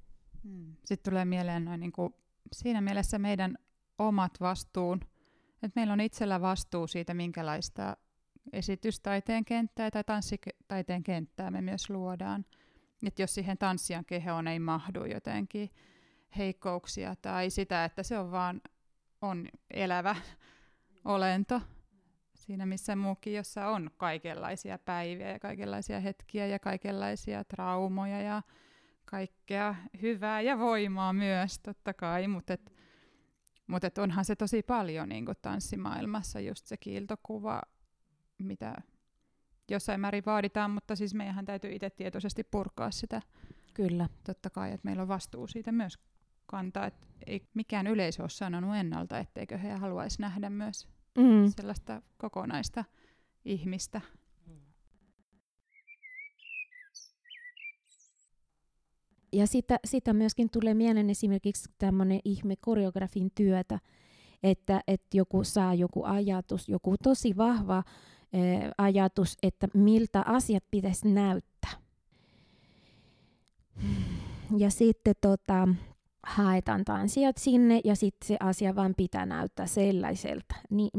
Sitten tulee mieleen noin niinku siinä mielessä meidän omat vastuun, että meillä on itsellä vastuu siitä, minkälaista esitystaiteen kenttää tai tanssitaiteen kenttää me myös luodaan. Että jos siihen tanssijan kehoon ei mahdu jotenkin heikkouksia tai sitä, että se on vaan on elävä olento siinä missä muukin, jossa on kaikenlaisia päiviä ja kaikenlaisia hetkiä ja kaikenlaisia traumoja ja kaikkea hyvää ja voimaa myös totta kai, mutta onhan se tosi paljon niin kuin tanssimaailmassa just se kiiltokuva, mitä jossain määrin vaaditaan, mutta siis meidän täytyy itse tietoisesti purkaa sitä. Kyllä. Totta kai, että meillä on vastuu siitä myös kantaa, että ei mikään yleisö ole sanonut ennalta, etteikö he haluaisi nähdä myös sellaista kokonaista ihmistä. Ja sitä myöskin tulee mieleen esimerkiksi tämmöinen ihme koreografin työtä, että joku saa joku ajatus, joku tosi vahva ajatus, että miltä asiat pitäisi näyttää. Ja sitten haetaan tanssijat sinne ja sitten se asia vaan pitää näyttää sellaiselta. Niin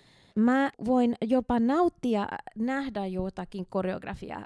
mä voin jopa nauttia nähdä jotakin koreografiaa,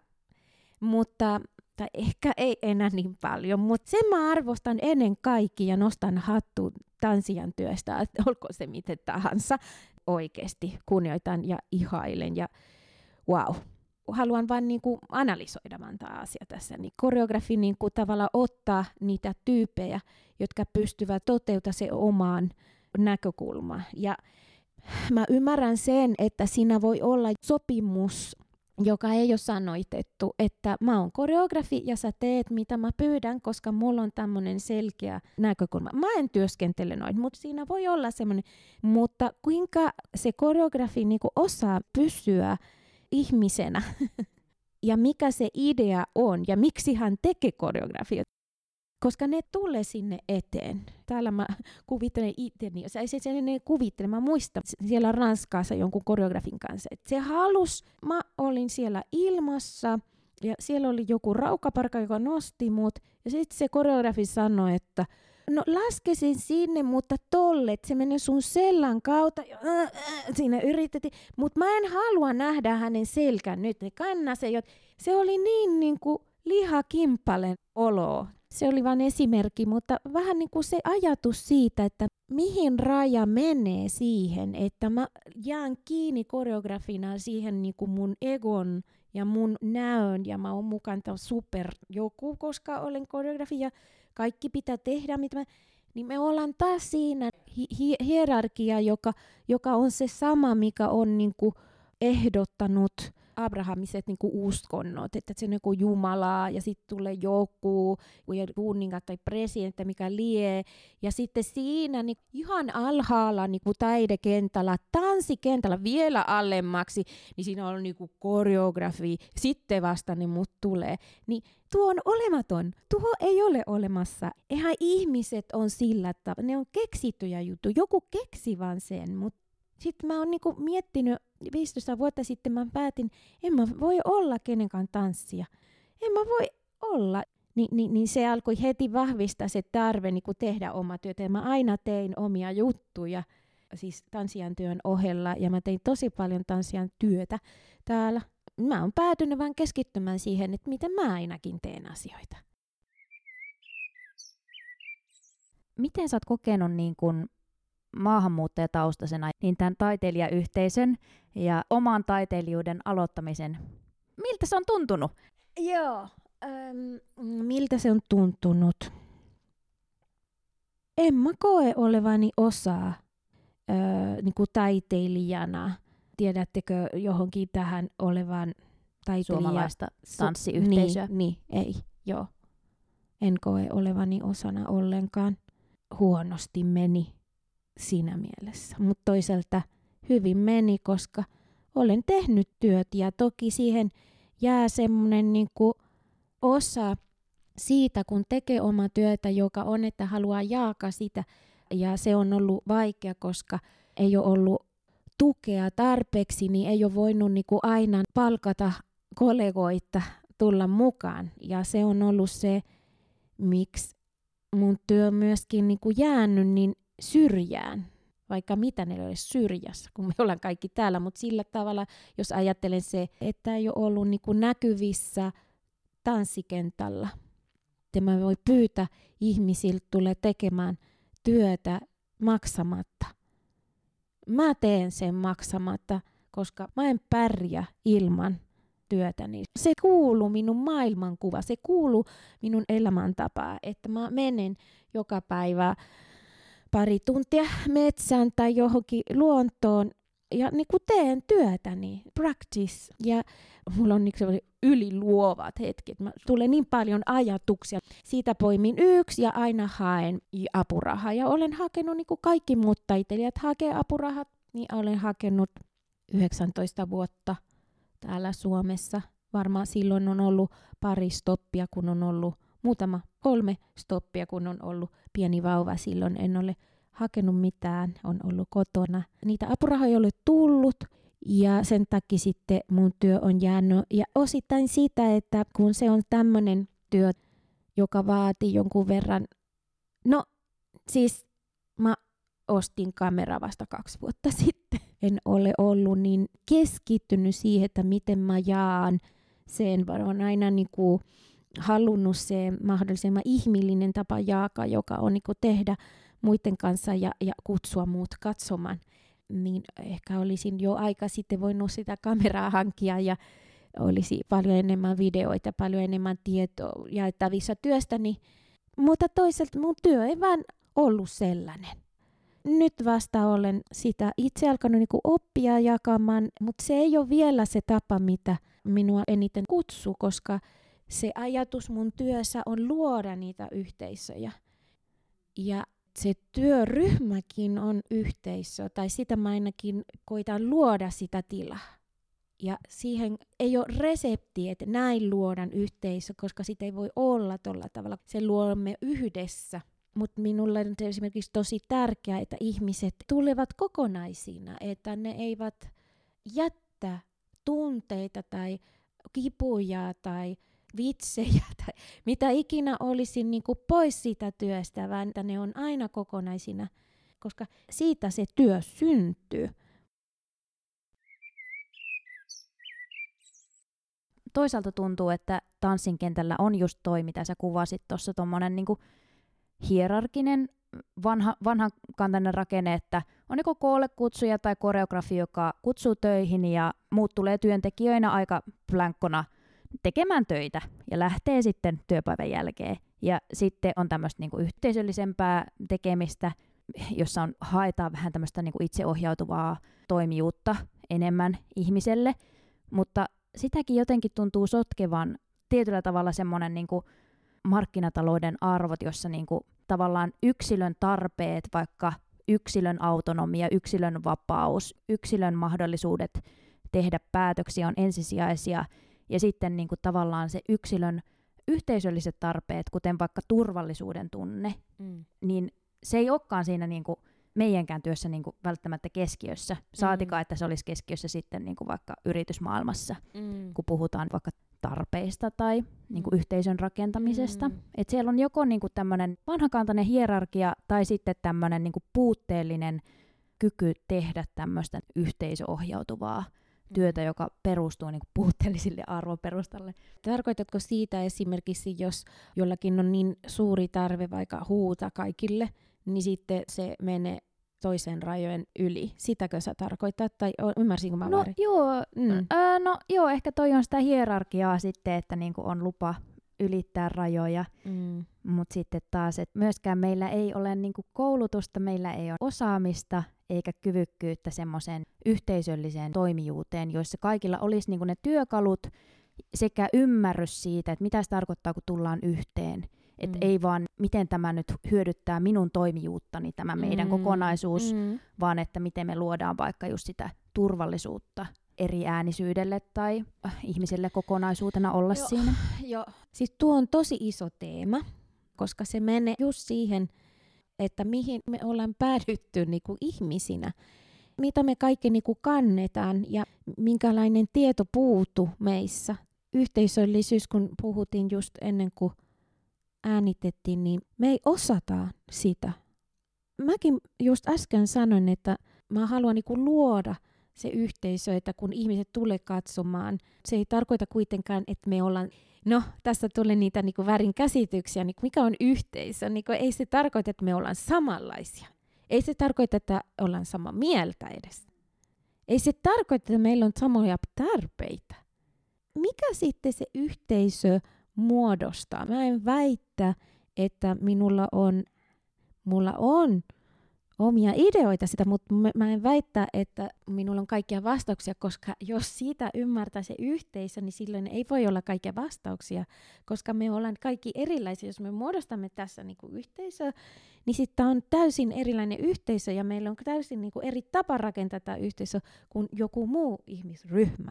mutta tai ehkä ei enää niin paljon, mutta sen mä arvostan ennen kaikkea ja nostan hattuun tanssijan työstä, että olkoon se miten tahansa. Oikeasti kunnioitan ja ihailen ja wow. Haluan vaan niinku analysoida tämä asia tässä. Niin koreografi niinku tavallaan ottaa niitä tyyppejä, jotka pystyvät toteuttamaan se omaan näkökulmaan. Ja mä ymmärrän sen, että siinä voi olla sopimus, joka ei ole sanoitettu, että mä oon koreografi ja sä teet mitä mä pyydän, koska mulla on tämmöinen selkeä näkökulma. Mä en työskentele noin, mutta siinä voi olla semmoinen. Mutta kuinka se koreografi niinku osaa pysyä ihmisenä ja mikä se idea on ja miksi hän tekee koreografia. Koska ne tulee sinne eteen. Täällä mä kuvittelen itseäni. Mä muistan siellä Ranskassa jonkun koreografin kanssa. Et se halus, mä olin siellä ilmassa ja siellä oli joku raukaparka, joka nosti mut. Ja sitten se koreografi sanoi, että no laskesin sinne, mutta tollet, se menee sun selän kautta. Siinä yritettiin, mutta mä en halua nähdä hänen selkän nyt. Se oli niin kuin lihakimpalen olo. Se oli vain esimerkki, mutta vähän niin kuin se ajatus siitä, että mihin raja menee siihen, että mä jään kiinni koreografina siihen niin kuin mun egon ja mun näön ja mä oon mukaan super joku, koska olen koreografi ja kaikki pitää tehdä, niin me ollaan taas siinä hierarkia, joka on se sama, mikä on niin kuin ehdottanut abrahamiset niin kuin uskonnot, että se on joku Jumala ja sitten tulee joku kuningas tai presidentti, mikä lie. Ja sitten siinä niin ihan alhaalla niin kuin taidekentällä, tanssikentällä vielä alemmaksi, niin siinä on niin kuin koreografi, sitten vasta ne mut tulee. Niin tuo on olematon. Tuo ei ole olemassa. Eihän ihmiset on sillä tavalla. Ne on keksittyjä juttuja. Joku keksi vaan sen, mutta sitten mä oon niinku miettinyt 15 vuotta sitten, mä päätin, en mä voi olla kenenkään tanssia. En mä voi olla. Niin se alkoi heti vahvistaa se tarve niinku tehdä oma työtä. Ja mä aina tein omia juttuja, siis tanssijan työn ohella. Ja mä tein tosi paljon tanssijan työtä täällä. Mä oon päätynyt vaan keskittymään siihen, että miten mä ainakin teen asioita. Miten sä oot kokenut niin kun maahanmuuttajataustaisena niin tämän taiteilijayhteisön ja oman taiteilijuuden aloittamisen? Miltä se on tuntunut? Joo, miltä se on tuntunut? En mä koe olevani osa niin kuin taiteilijana. Tiedättekö johonkin tähän olevan taiteilija? Suomalaista tanssiyhteisöä? Niin, ei, joo. En koe olevani osana ollenkaan. Huonosti meni siinä mielessä, mutta toisaalta hyvin meni, koska olen tehnyt työt ja toki siihen jää semmoinen niinku osa siitä, kun tekee omaa työtä, joka on, että haluaa jakaa sitä ja se on ollut vaikea, koska ei ole ollut tukea tarpeeksi, niin ei ole voinut niinku aina palkata kollegoita tulla mukaan ja se on ollut se, miksi mun työ on myöskin niinku jäänyt niin syrjään, vaikka mitä ne olisi syrjässä, kun me ollaan kaikki täällä, mutta sillä tavalla, jos ajattelen se, että ei ole ollut niinku näkyvissä tanssikentällä, että mä voi pyytää ihmisiltä tulee tekemään työtä maksamatta. Mä teen sen maksamatta, koska mä en pärjää ilman työtäni. Se kuuluu minun maailmankuva, se kuuluu minun elämäntapaan, että mä menen joka päivä pari tuntia metsään tai johonkin luontoon ja niin kuin teen työtäni, practice. Ja mulla on niin yliluovat hetket. Tulee niin paljon ajatuksia. Siitä poimin yksi ja aina haen apurahaa. Ja olen hakenut, niin kuin kaikki muut taiteilijat hakee apurahat, niin olen hakenut 19 vuotta täällä Suomessa. Varmaan silloin on ollut pari stoppia, kun on ollut 3 stoppia, kun on ollut pieni vauva. Silloin en ole hakenut mitään, on ollut kotona. Niitä apurahoja ei ole tullut ja sen takia sitten mun työ on jäänyt. Ja osittain sitä, että kun se on tämmöinen työ, joka vaatii jonkun verran. No siis mä ostin kamera vasta 2 vuotta sitten. En ole ollut niin keskittynyt siihen, että miten mä jaan sen. Olen aina niinku halunnut se mahdollisimman ihmillinen tapa jakaa, joka on niinku tehdä muiden kanssa ja kutsua muut katsomaan. Niin ehkä olisin jo aika sitten voinut sitä kameraa hankkia ja olisi paljon enemmän videoita, paljon enemmän tietoa jaettavissa työstäni. Mutta toisaalta mun työ ei vaan ollut sellainen. Nyt vasta olen sitä itse alkanut niinku oppia jakamaan, mutta se ei ole vielä se tapa, mitä minua eniten kutsuu, koska se ajatus mun työssä on luoda niitä yhteisöjä. Ja se työryhmäkin on yhteisö, tai sitä mä ainakin koitan luoda sitä tilaa. Ja siihen ei ole reseptiä, että näin luodaan yhteisö, koska sitä ei voi olla tuolla tavalla. Se luomme yhdessä. Mutta minulle on esimerkiksi tosi tärkeää, että ihmiset tulevat kokonaisina, että ne eivät jättä tunteita tai kipuja tai vitsejä tai mitä ikinä olisi niin kuin pois siitä työstä, vaan että ne on aina kokonaisina, koska siitä se työ syntyy. Toisaalta tuntuu, että tanssin kentällä on just toi, mitä sä kuvasit tuossa, tommonen niinku hierarkinen, vanhankantainen rakenne, että on joko koollekutsuja tai koreografi, joka kutsuu töihin ja muut tulee työntekijöinä aika blankkona tekemään töitä ja lähtee sitten työpäivän jälkeen. Ja sitten on tämmöistä niinku yhteisöllisempää tekemistä, jossa haetaan vähän tämmöistä niinku itseohjautuvaa toimijuutta enemmän ihmiselle, mutta sitäkin jotenkin tuntuu sotkevan tietyllä tavalla semmoinen niinku markkinatalouden arvot, jossa niinku tavallaan yksilön tarpeet, vaikka yksilön autonomia, yksilön vapaus, yksilön mahdollisuudet tehdä päätöksiä on ensisijaisia, ja sitten niinku tavallaan se yksilön yhteisölliset tarpeet, kuten vaikka turvallisuuden tunne, niin se ei olekaan siinä niinku meidänkään työssä niinku välttämättä keskiössä, saatikaan, että se olisi keskiössä sitten niinku vaikka yritysmaailmassa, kun puhutaan vaikka tarpeista tai niinku yhteisön rakentamisesta. Et siellä on joko niinku tämmöinen vanhakantainen hierarkia tai sitten tämmöinen niinku puutteellinen kyky tehdä tämmöistä yhteisöohjautuvaa työtä, joka perustuu niinku puutteellisille arvoperustalle. Tarkoitatko siitä esimerkiksi, jos jollakin on niin suuri tarve vaikka huuta kaikille, niin sitten se menee toisen rajojen yli. Sitäkö sä tarkoitat, tai ymmärsinkö mä väärin? Joo, ehkä toi on sitä hierarkiaa sitten, että niinku on lupa ylittää rajoja, mutta sitten taas, että myöskään meillä ei ole niinku koulutusta, meillä ei ole osaamista eikä kyvykkyyttä semmoiseen yhteisölliseen toimijuuteen, joissa kaikilla olisi niinku ne työkalut sekä ymmärrys siitä, että mitä se tarkoittaa, kun tullaan yhteen. Että ei vaan, miten tämä nyt hyödyttää minun toimijuuttani, tämä meidän kokonaisuus, vaan että miten me luodaan vaikka just sitä turvallisuutta eri äänisyydelle tai ihmiselle kokonaisuutena olla siinä. Joo. Siis tuo on tosi iso teema, koska se menee just siihen, että mihin me ollaan päädytty niinku ihmisinä. Mitä me kaikki niinku kannetaan ja minkälainen tieto puuttuu meissä. Yhteisöllisyys, kun puhuttiin just ennen kuin äänitettiin, niin me ei osata sitä. Mäkin just äsken sanoin, että mä haluan niinku luoda se yhteisö, että kun ihmiset tulee katsomaan, se ei tarkoita kuitenkaan, että me ollaan, tässä tulee niitä niinku väärinkäsityksiä, niin mikä on yhteisö, niinku ei se tarkoita, että me ollaan samanlaisia. Ei se tarkoita, että ollaan samaa mieltä edes. Ei se tarkoita, että meillä on samoja tarpeita. Mikä sitten se yhteisö muodostaa? Mä en väitä, että mulla on omia ideoita sitä, mutta mä en väitä, että minulla on kaikkia vastauksia, koska jos siitä ymmärtää se yhteisö, niin silloin ei voi olla kaikkia vastauksia, koska me ollaan kaikki erilaisia. Jos me muodostamme tässä niin kuin yhteisö, niin sitten on täysin erilainen yhteisö ja meillä on täysin niin kuin eri tapa rakentaa tämä yhteisö kuin joku muu ihmisryhmä.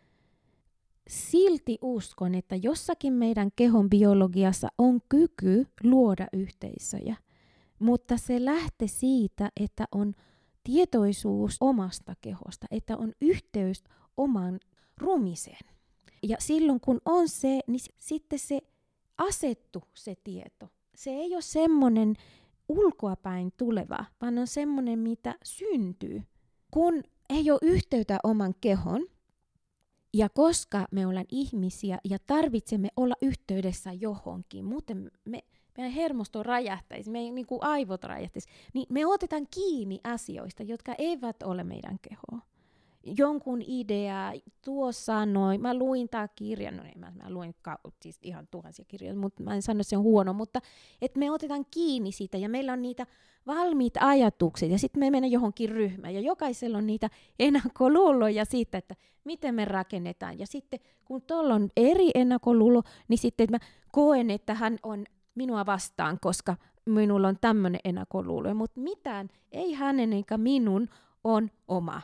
Silti uskon, että jossakin meidän kehon biologiassa on kyky luoda yhteisöjä. Mutta se lähtee siitä, että on tietoisuus omasta kehosta, että on yhteys oman ruumiiseen. Ja silloin kun on se, niin sitten se asettu se tieto. Se ei ole semmoinen ulkoapäin tuleva, vaan on semmoinen, mitä syntyy. Kun ei ole yhteyttä oman kehon, ja koska me ollaan ihmisiä ja tarvitsemme olla yhteydessä johonkin, muuten meidän hermosto räjähtäisi, meidän niin kuin aivot räjähtäisi, niin me otetaan kiinni asioista, jotka eivät ole meidän kehoa. Jonkun idea, tuo sanoi, mä luin tämän kirjan, no niin, mä luin siis ihan tuhansia kirjoja, mutta mä en sano, että se on huono, mutta että me otetaan kiinni siitä ja meillä on niitä valmiita ajatuksia ja sitten me mennään johonkin ryhmään ja jokaisella on niitä ennakkoluuloja siitä, että miten me rakennetaan. Ja sitten kun tuolla on eri ennakkoluulo, niin sitten mä koen, että hän on minua vastaan, koska minulla on tämmöinen ennakkoluulo, mutta mitään ei hänen eikä minun on oma.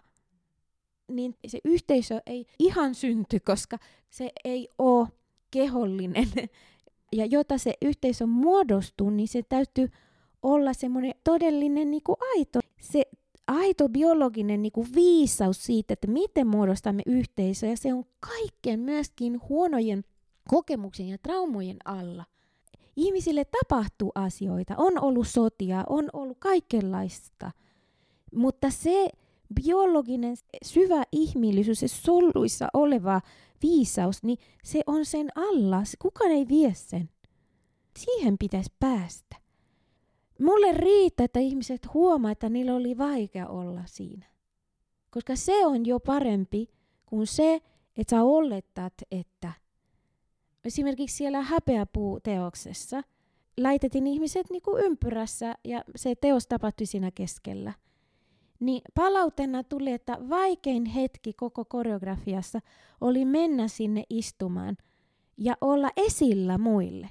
Niin se yhteisö ei ihan synty, koska se ei ole kehollinen. Ja jotta se yhteisö muodostuu, niin se täytyy olla semmoinen todellinen niin kuin aito. Se aito biologinen niin kuin viisaus siitä, että miten muodostamme yhteisöjä, se on kaikkien myöskin huonojen kokemuksen ja traumojen alla. Ihmisille tapahtuu asioita, on ollut sotia, on ollut kaikenlaista, mutta se biologinen syvä ihmillisyys, se soluissa oleva viisaus, niin se on sen alla. Kukaan ei vie sen. Siihen pitäisi päästä. Mulle riittää, että ihmiset huomaa, että niillä oli vaikea olla siinä. Koska se on jo parempi kuin se, että sä oletat, että esimerkiksi siellä häpeäpuuteoksessa laitettiin ihmiset niin kuin ympyrässä ja se teos tapahtui siinä keskellä. Niin palautena tuli, että vaikein hetki koko koreografiassa oli mennä sinne istumaan ja olla esillä muille.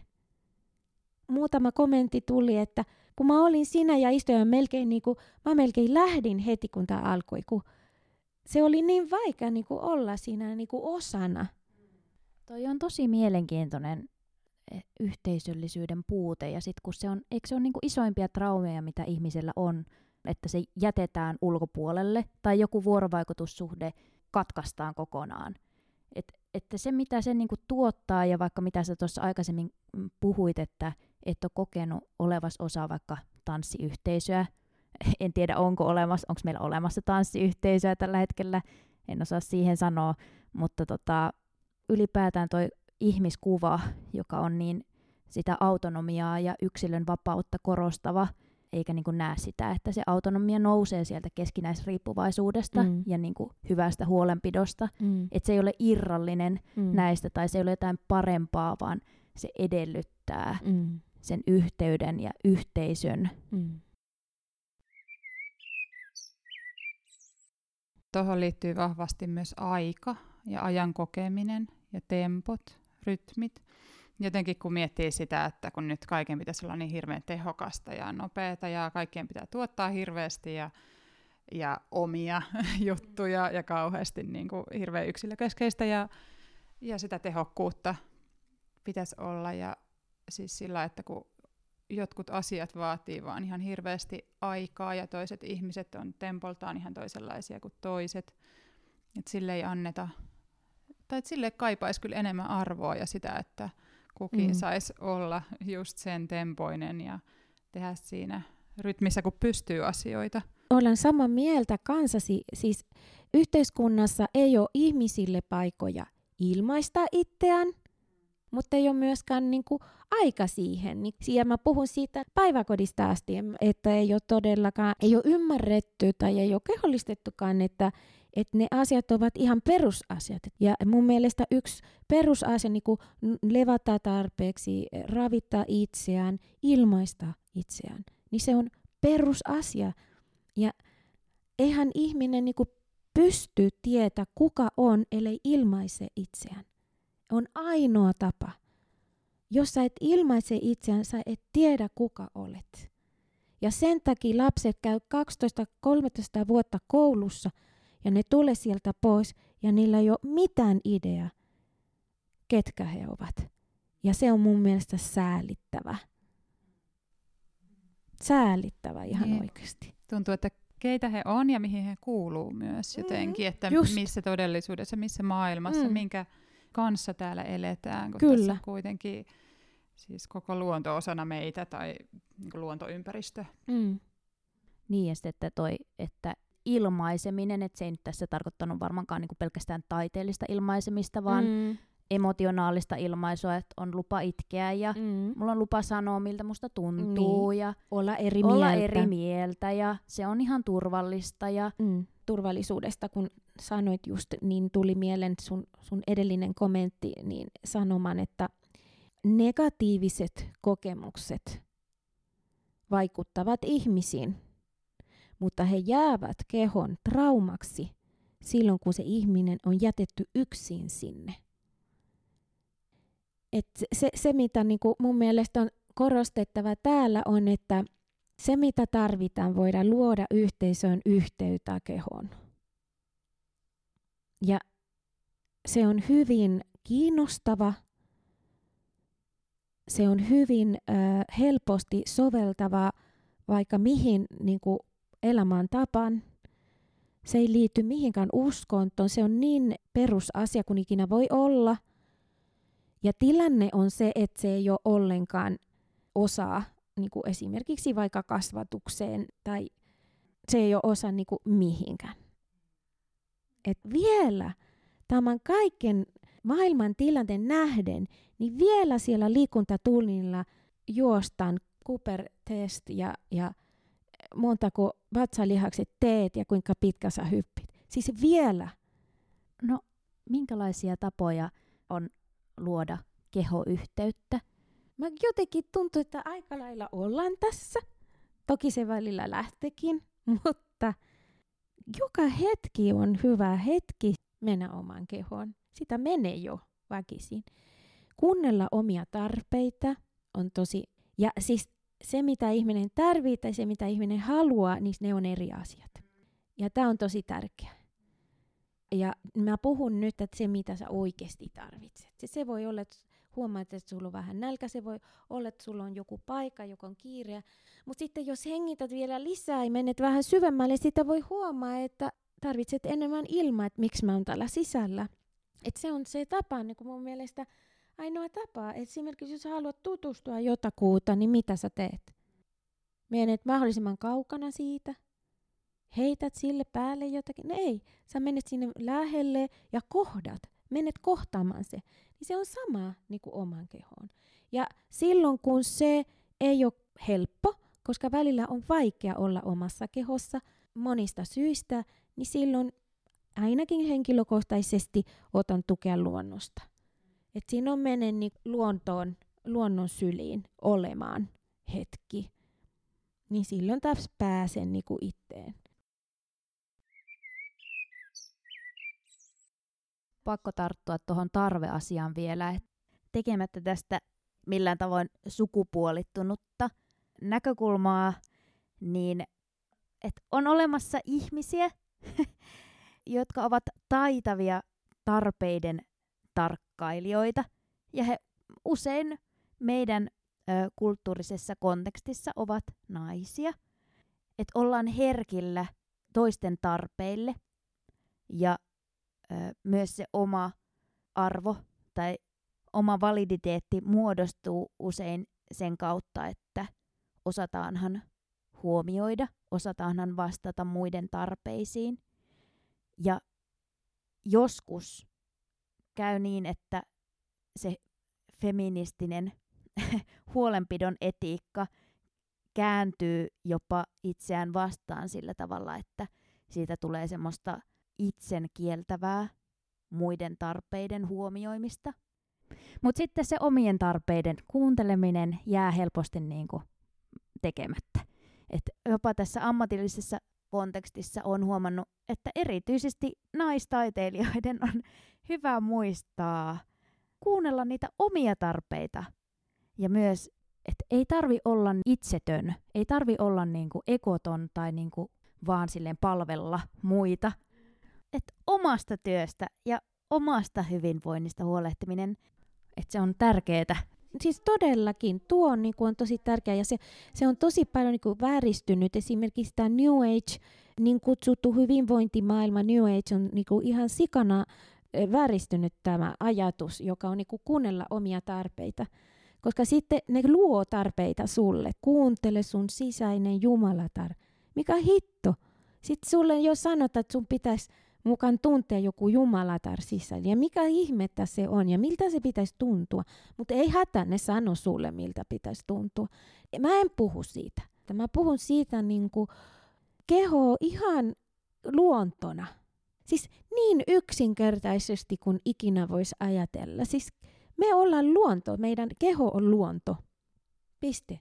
Muutama kommentti tuli, että kun mä olin siinä ja istuin, mä melkein lähdin heti, kun tämä alkoi. Kun se oli niin vaikea niin kuin olla siinä niin kuin osana. Toi on tosi mielenkiintoinen yhteisöllisyyden puute. Ja sitten kun eikö se ole niin kuin isoimpia traumeja, mitä ihmisellä on, että se jätetään ulkopuolelle tai joku vuorovaikutussuhde katkaistaan kokonaan. Että se, mitä se niinku tuottaa ja vaikka mitä sä tuossa aikaisemmin puhuit, että et ole kokenut olevas osa vaikka tanssiyhteisöä. En tiedä, onko meillä olemassa tanssiyhteisöä tällä hetkellä, en osaa siihen sanoa, mutta ylipäätään toi ihmiskuva, joka on niin sitä autonomiaa ja yksilön vapautta korostava, eikä niin kuin näe sitä, että se autonomia nousee sieltä keskinäisriippuvaisuudesta ja niin kuin hyvästä huolenpidosta. Että se ei ole irrallinen näistä tai se ei ole jotain parempaa, vaan se edellyttää sen yhteyden ja yhteisön. Tuohon liittyy vahvasti myös aika ja ajan kokeminen ja tempot, rytmit. Jotenkin kun miettii sitä, että kun nyt kaiken pitäisi olla niin hirveän tehokasta ja nopeata ja kaikkien pitää tuottaa hirveästi ja omia juttuja ja kauheasti niin kuin hirveän yksilökeskeistä ja sitä tehokkuutta pitäisi olla. Ja siis sillä, että kun jotkut asiat vaatii vaan ihan hirveästi aikaa ja toiset ihmiset on tempoltaan ihan toisenlaisia kuin toiset, että sille ei anneta, tai että sille kaipaisi kyllä enemmän arvoa ja sitä, että kukin saisi olla just sen tempoinen ja tehdä siinä rytmissä, kun pystyy asioita. Olen samaa mieltä kanssasi. Siis yhteiskunnassa ei ole ihmisille paikkoja ilmaista itseään, mutta ei ole myöskään niinku aika siihen. Ja mä puhun siitä päiväkodista asti, että ei ole todellakaan, ei ole ymmärretty tai ei ole kehollistettukaan, että ne asiat ovat ihan perusasiat. Ja mun mielestä yksi perusasia, niin kuin levätä tarpeeksi, ravittaa itseään, ilmaista itseään, niin se on perusasia. eihän ihminen niin kuin pysty tietää, kuka on, ellei ilmaise itseään. On ainoa tapa. Jos sä et ilmaise itseään, sä et tiedä, kuka olet. Ja sen takia lapset käy 12-13 vuotta koulussa ja ne tulee sieltä pois ja niillä ei ole mitään ideaa, ketkä he ovat. Ja se on mun mielestä säälittävä. Säälittävä ihan niin. Oikeasti. Tuntuu, että keitä he on ja mihin he kuuluu myös jotenkin, että missä todellisuudessa, missä maailmassa, minkä kanssa täällä eletään, kun Kyllä. tässä kuitenkin siis koko luonto osana meitä tai niin kuin luontoympäristö. Niin, ja sitten että ilmaiseminen, että se ei nyt tässä tarkoittanut varmaankaan niin kuin pelkästään taiteellista ilmaisemista, vaan emotionaalista ilmaisua, että on lupa itkeä ja mulla on lupa sanoa, miltä musta tuntuu ja olla eri mieltä ja se on ihan turvallista. Ja turvallisuudesta, kun sanoit just, niin tuli mieleen sun edellinen kommentti niin sanoman, että negatiiviset kokemukset vaikuttavat ihmisiin, mutta he jäävät kehon traumaksi silloin, kun se ihminen on jätetty yksin sinne. Et se mitä niinku mun mielestä on korostettava täällä on, että se mitä tarvitaan, voidaan luoda yhteisöön yhteyttä kehoon. Ja se on hyvin kiinnostava, se on hyvin helposti soveltava vaikka mihin niinku elämäntapaan. Se ei liity mihinkään uskontoon, se on niin perusasia kuin ikinä voi olla. Ja tilanne on se, että se ei ole ollenkaan osa niin kuin esimerkiksi vaikka kasvatukseen tai se ei ole osa niin kuin mihinkään. Et vielä tämän kaiken maailman tilanteen nähden, niin vielä siellä liikuntatunnilla juostaan Cooper-test ja montako vatsalihakset teet ja kuinka pitkä sä hyppit. Siis vielä. No, minkälaisia tapoja on luoda kehoyhteyttä? Mä jotenkin tuntuu, että aika lailla ollaan tässä. Toki se välillä lähtekin, mutta joka hetki on hyvä hetki mennä omaan kehoon. Sitä menee jo väkisin. Kuunnella omia tarpeita on tosi... Ja siis se, mitä ihminen tarvitsee tai se, mitä ihminen haluaa, niin ne on eri asiat. Ja tämä on tosi tärkeää. Ja mä puhun nyt, että se, mitä sä oikeasti tarvitset. Se voi olla, että huomaat, että sulla on vähän nälkä. Se voi olla, että sulla on joku paikka, joka on kiire. Mutta sitten jos hengität vielä lisää ja menet vähän syvemmälle, sitä voi huomaa, että tarvitset enemmän ilmaa, että miksi mä oon täällä sisällä. Et se on se tapa, niin kuin mun mielestä ainoa tapa. Esimerkiksi jos haluat tutustua jotakuuta, niin mitä sä teet? Menet mahdollisimman kaukana siitä. Heität sille päälle jotakin. No ei, sä menet sinne lähelle ja kohdat. Menet kohtaamaan se. Niin se on sama niin kuin oman kehoon. Ja silloin kun se ei ole helppo, koska välillä on vaikea olla omassa kehossa monista syistä, niin silloin ainakin henkilökohtaisesti otan tukea luonnosta. Et siinä on menen niin luonnon syliin olemaan hetki. Niin silloin taas pääsen niin kuin itteen. Pakko tarttua tuohon tarveasiaan vielä, että tekemättä tästä millään tavoin sukupuolittunutta näkökulmaa, niin että on olemassa ihmisiä, jotka ovat taitavia tarpeiden tarkkailijoita, ja he usein meidän kulttuurisessa kontekstissa ovat naisia. Että ollaan herkillä toisten tarpeille, ja myös se oma arvo tai oma validiteetti muodostuu usein sen kautta, että osataanhan huomioida, osataanhan vastata muiden tarpeisiin. Ja joskus käy niin, että se feministinen huolenpidon etiikka kääntyy jopa itseään vastaan sillä tavalla, että siitä tulee semmoista itsen kieltävää muiden tarpeiden huomioimista. Mutta sitten se omien tarpeiden kuunteleminen jää helposti niinku tekemättä. Et jopa tässä ammatillisessa kontekstissa olen huomannut, että erityisesti naistaiteilijoiden on hyvä muistaa kuunnella niitä omia tarpeita. Ja myös, että ei tarvi olla itsetön, ei tarvi olla niinku ekoton tai niinku vaan silleen palvella muita. Että omasta työstä ja omasta hyvinvoinnista huolehtiminen, että se on tärkeää. Siis todellakin, tuo on, niin kuin, on tosi tärkeää ja se on tosi paljon niin kuin vääristynyt. Esimerkiksi tämä New Age, niin kutsuttu hyvinvointimaailma New Age on niin kuin ihan sikana vääristynyt tämä ajatus, joka on niin kuin kuunnella omia tarpeita. Koska sitten ne luo tarpeita sulle. Kuuntele sun sisäinen jumalatar. Mikä hitto? Sitten sulle jo sanotaan, että sun pitäisi mukaan tuntea joku jumalatar sisällä. Ja mikä ihmettä se on ja miltä se pitäisi tuntua. Mutta ei hätä, ne sano sulle, miltä pitäisi tuntua. Mä en puhu siitä. Mä puhun siitä niin kuin keho ihan luontona. Siis niin yksinkertaisesti kuin ikinä voisi ajatella. Siis me ollaan luonto, meidän keho on luonto. Piste.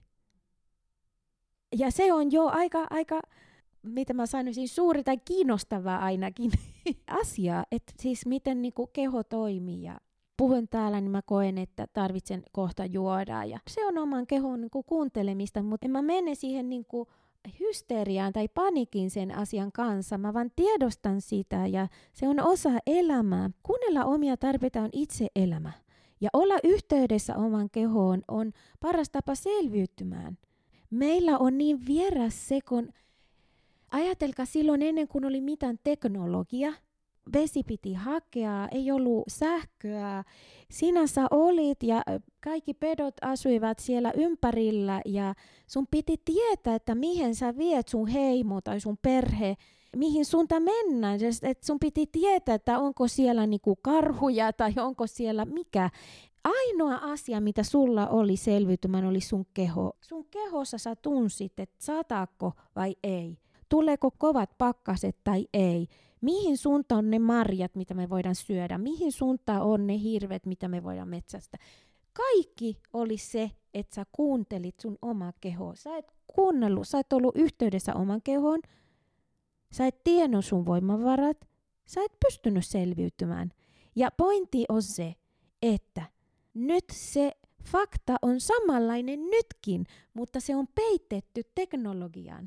Ja se on jo aika mitä mä sanoisin, suuri tai kiinnostavaa ainakin asia, että siis miten niinku keho toimii. Ja puhun täällä, niin mä koen, että tarvitsen kohta juoda. Ja se on oman kehon niinku kuuntelemista, mutta en mä mene siihen niinku hysteriaan tai panikin sen asian kanssa. Mä vaan tiedostan sitä ja se on osa elämää. Kuunnella omia tarpeita on itse elämä. Ja olla yhteydessä oman kehoon on paras tapa selviytymään. Meillä on niin vieras se, kun ajatelkaa silloin ennen kuin oli mitään teknologia, vesi piti hakea, ei ollut sähköä. Sinä sä olit ja kaikki pedot asuivat siellä ympärillä ja sun piti tietää, että mihin sä viet sun heimo tai sun perhe, mihin suuntaan mennään. Et sun piti tietää, että onko siellä niinku karhuja tai onko siellä mikä. Ainoa asia, mitä sulla oli selviytymään, oli sun keho. Sun kehossa sä tunsit, että sataako vai ei. Tuleeko kovat pakkaset tai ei? Mihin suuntaan on ne marjat, mitä me voidaan syödä? Mihin suuntaan on ne hirvet, mitä me voidaan metsästä? Kaikki oli se, että sä kuuntelit sun omaa kehoa. Sä et kuunnellut, sä et ollut yhteydessä oman kehoon. Sä et tiennyt sun voimavarat. Sä et pystynyt selviytymään. Ja pointti on se, että nyt se fakta on samanlainen nytkin, mutta se on peitetty teknologiaan.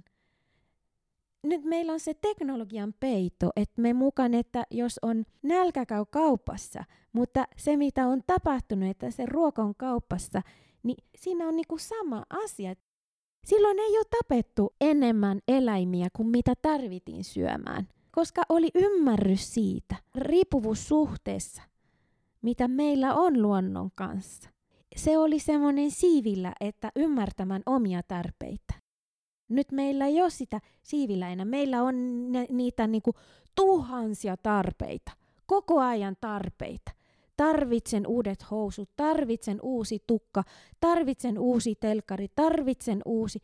Nyt meillä on se teknologian peito, että me mukaan, että jos on nälkä käy kaupassa, mutta se mitä on tapahtunut, että se ruoka on kaupassa, niin siinä on niinku sama asia. Silloin ei ole tapettu enemmän eläimiä kuin mitä tarvittiin syömään, koska oli ymmärrys siitä, riippuvuussuhteessa, mitä meillä on luonnon kanssa. Se oli semmoinen siivillä, että ymmärtämään omia tarpeita. Nyt meillä ei ole sitä siivillä enää. Meillä on niitä niinku tuhansia tarpeita, koko ajan tarpeita. Tarvitsen uudet housut, tarvitsen uusi tukka, tarvitsen uusi telkkari, tarvitsen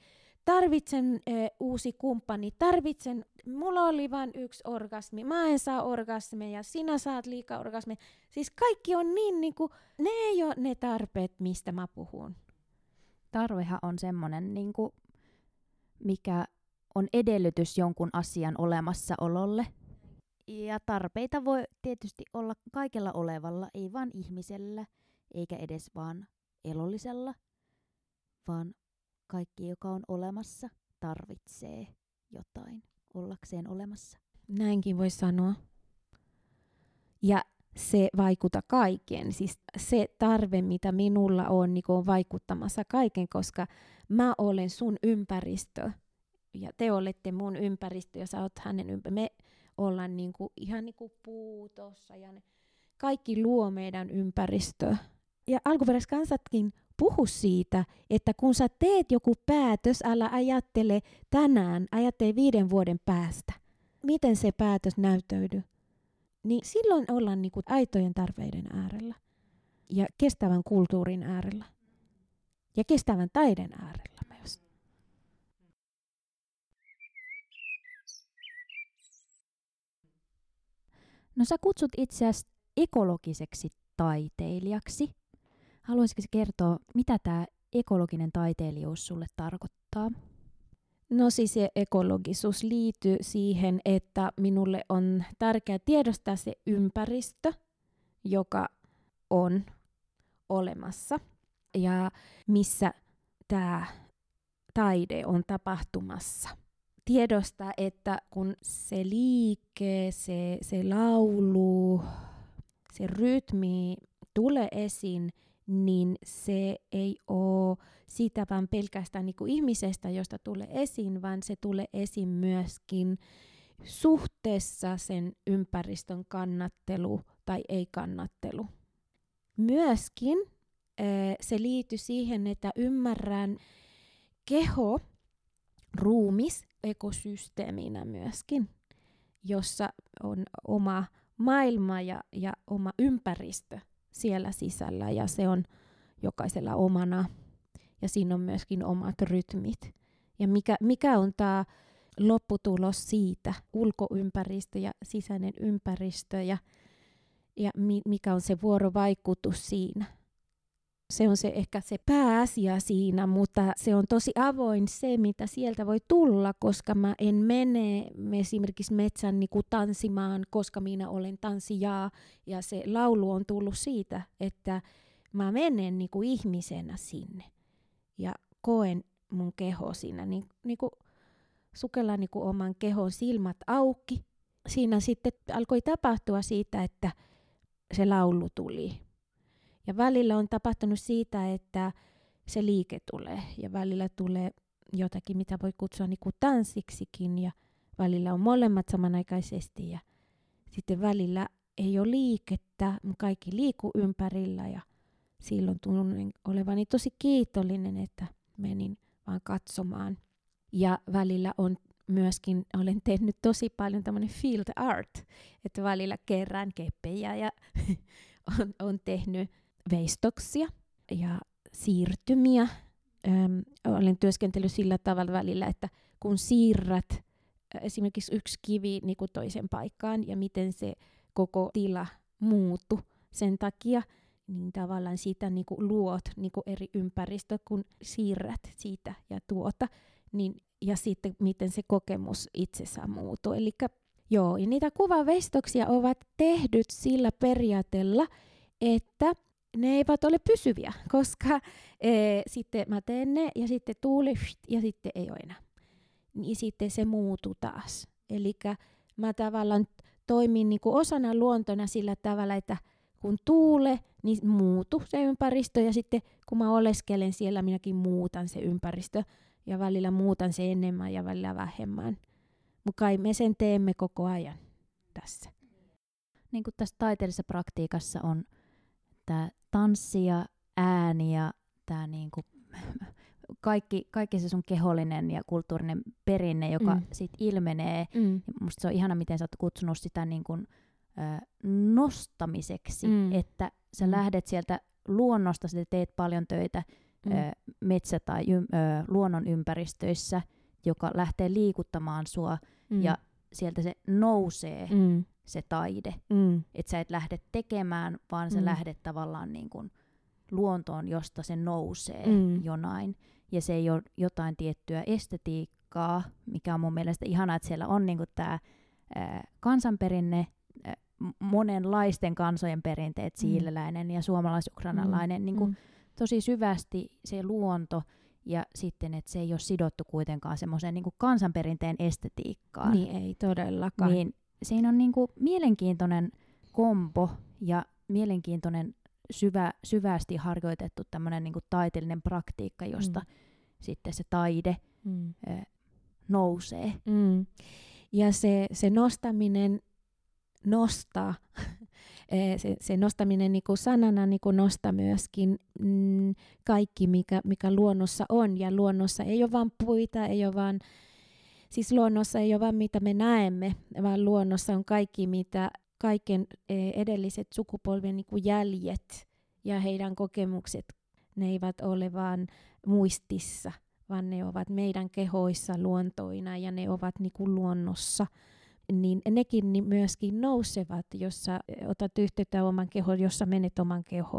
uusi kumppani, mulla oli vain yksi orgasmi, mä en saa orgasmeja, sinä saat liikaa orgasmeja. Siis kaikki on niin niinku, ne ei ole ne tarpeet, mistä mä puhun. Tarvehan on semmoinen niinku mikä on edellytys jonkun asian olemassaololle. Ja tarpeita voi tietysti olla kaikella olevalla, ei vain ihmisellä, eikä edes vaan elollisella, vaan kaikki, joka on olemassa, tarvitsee jotain ollakseen olemassa. Näinkin voi sanoa. Ja se vaikuttaa kaiken. Siis se tarve, mitä minulla on, niin on vaikuttamassa kaiken, koska mä olen sun ympäristö ja te olette mun ympäristö ja sä oot hänen ympäristö. Me ollaan niinku, ihan niin kuin puu tossa ja ne kaikki luo meidän ympäristöä. Ja alkuperäiskansatkin puhu siitä, että kun sä teet joku päätös, älä ajattele tänään, ajattele 5 vuoden päästä. Miten se päätös näyttäytyy? Niin silloin ollaan niinku aitojen tarpeiden äärellä ja kestävän kulttuurin äärellä ja kestävän taiden äärellä myös. No sä kutsut itseäsi ekologiseksi taiteilijaksi. Haluaisitko kertoa, mitä tämä ekologinen taiteilijuus sulle tarkoittaa? No siis se ekologisuus liittyy siihen, että minulle on tärkeää tiedostaa se ympäristö, joka on olemassa ja missä tämä taide on tapahtumassa. Tiedostaa, että kun se liike, se laulu, se rytmi tulee esiin, niin se ei ole sitä vaan pelkästään niin kuin ihmisestä, josta tulee esiin, vaan se tulee esiin myöskin suhteessa sen ympäristön kannattelu tai ei-kannattelu. Myöskin se liittyy siihen, että ymmärrän keho, ruumis ekosysteeminä myöskin, jossa on oma maailma ja oma ympäristö siellä sisällä ja se on jokaisella omana ja siinä on myöskin omat rytmit. Ja mikä on tämä lopputulos siitä, ulkoympäristö ja sisäinen ympäristö ja mikä on se vuorovaikutus siinä. Se on ehkä se pääasia siinä, mutta se on tosi avoin se, mitä sieltä voi tulla, koska mä en mene esimerkiksi metsän tanssimaan, koska minä olen tanssija. Ja se laulu on tullut siitä, että mä menen ihmisenä sinne ja koen mun keho siinä, sukellaan oman kehon silmät auki. Siinä sitten alkoi tapahtua siitä, että se laulu tuli. Ja välillä on tapahtunut siitä, että se liike tulee ja välillä tulee jotakin, mitä voi kutsua tanssiksikin ja välillä on molemmat samanaikaisesti ja sitten välillä ei ole liikettä, kaikki liikkuu ympärillä ja silloin tunnen olevani tosi kiitollinen, että menin vaan katsomaan. Ja välillä on myöskin, olen tehnyt tosi paljon tämmöinen field art, että välillä kerään keppejä ja on tehnyt veistoksia ja siirtymiä. Olen työskentellyt sillä tavalla välillä, että kun siirrät esimerkiksi yksi kivi toisen paikkaan ja miten se koko tila muuttuu sen takia, niin tavallaan siitä luot eri ympäristö, kun siirrät siitä ja tuota, niin, ja sitten miten se kokemus itsessään muuttuu. Elikkä joo, ja niitä kuvaveistoksia ovat tehdyt sillä periaatteella, että ne eivät ole pysyviä, koska sitten mä teen ne ja sitten tuuli ja sitten ei ole enää. Niin sitten se muuttuu taas. Eli mä tavallaan toimin osana luontona sillä tavalla, että kun tuulee, niin muutu se ympäristö ja sitten kun mä oleskelen siellä, minäkin muutan se ympäristö ja välillä muutan se enemmän ja välillä vähemmän. Mutta kai me sen teemme koko ajan tässä. Niin kuin tässä taiteellisessa praktiikassa on tämä tanssi ja ääni ja tämä kaikki se sun kehollinen ja kulttuurinen perinne, joka sit ilmenee. Musta se on ihana, miten sä oot kutsunut sitä nostamiseksi, että sä lähdet sieltä luonnosta, sä teet paljon töitä metsä- tai luonnon ympäristöissä, joka lähtee liikuttamaan sua ja sieltä se nousee se taide. Että sä et lähde tekemään, vaan sä lähdet tavallaan luontoon, josta se nousee jonain. Ja se ei ole jotain tiettyä estetiikkaa, mikä on mun mielestä ihanaa, että siellä on tämä kansanperinne, monenlaisten kansojen perinteet, siileläinen ja suomalais-ukrainalainen, tosi syvästi se luonto, ja sitten, että se ei ole sidottu kuitenkaan semmoiseen kansanperinteen estetiikkaan. Niin ei todellakaan. Niin siinä on mielenkiintoinen kombo ja mielenkiintoinen syvästi harjoitettu tämmöinen taiteellinen praktiikka, josta sitten se taide nousee. Ja se nostaminen nostaa, se nostaminen sanana nostaa myöskin kaikki, mikä luonnossa on. Ja luonnossa ei ole vain puita, ei ole vain, siis luonnossa ei ole vain mitä me näemme, vaan luonnossa on kaikki, mitä kaiken edelliset sukupolvien jäljet ja heidän kokemukset, ne eivät ole vain muistissa, vaan ne ovat meidän kehoissa luontoina ja ne ovat luonnossa. Niin nekin myöskin nousevat, jos sä otat yhteyttä oman kehoon, jos sä menet oman kehoon.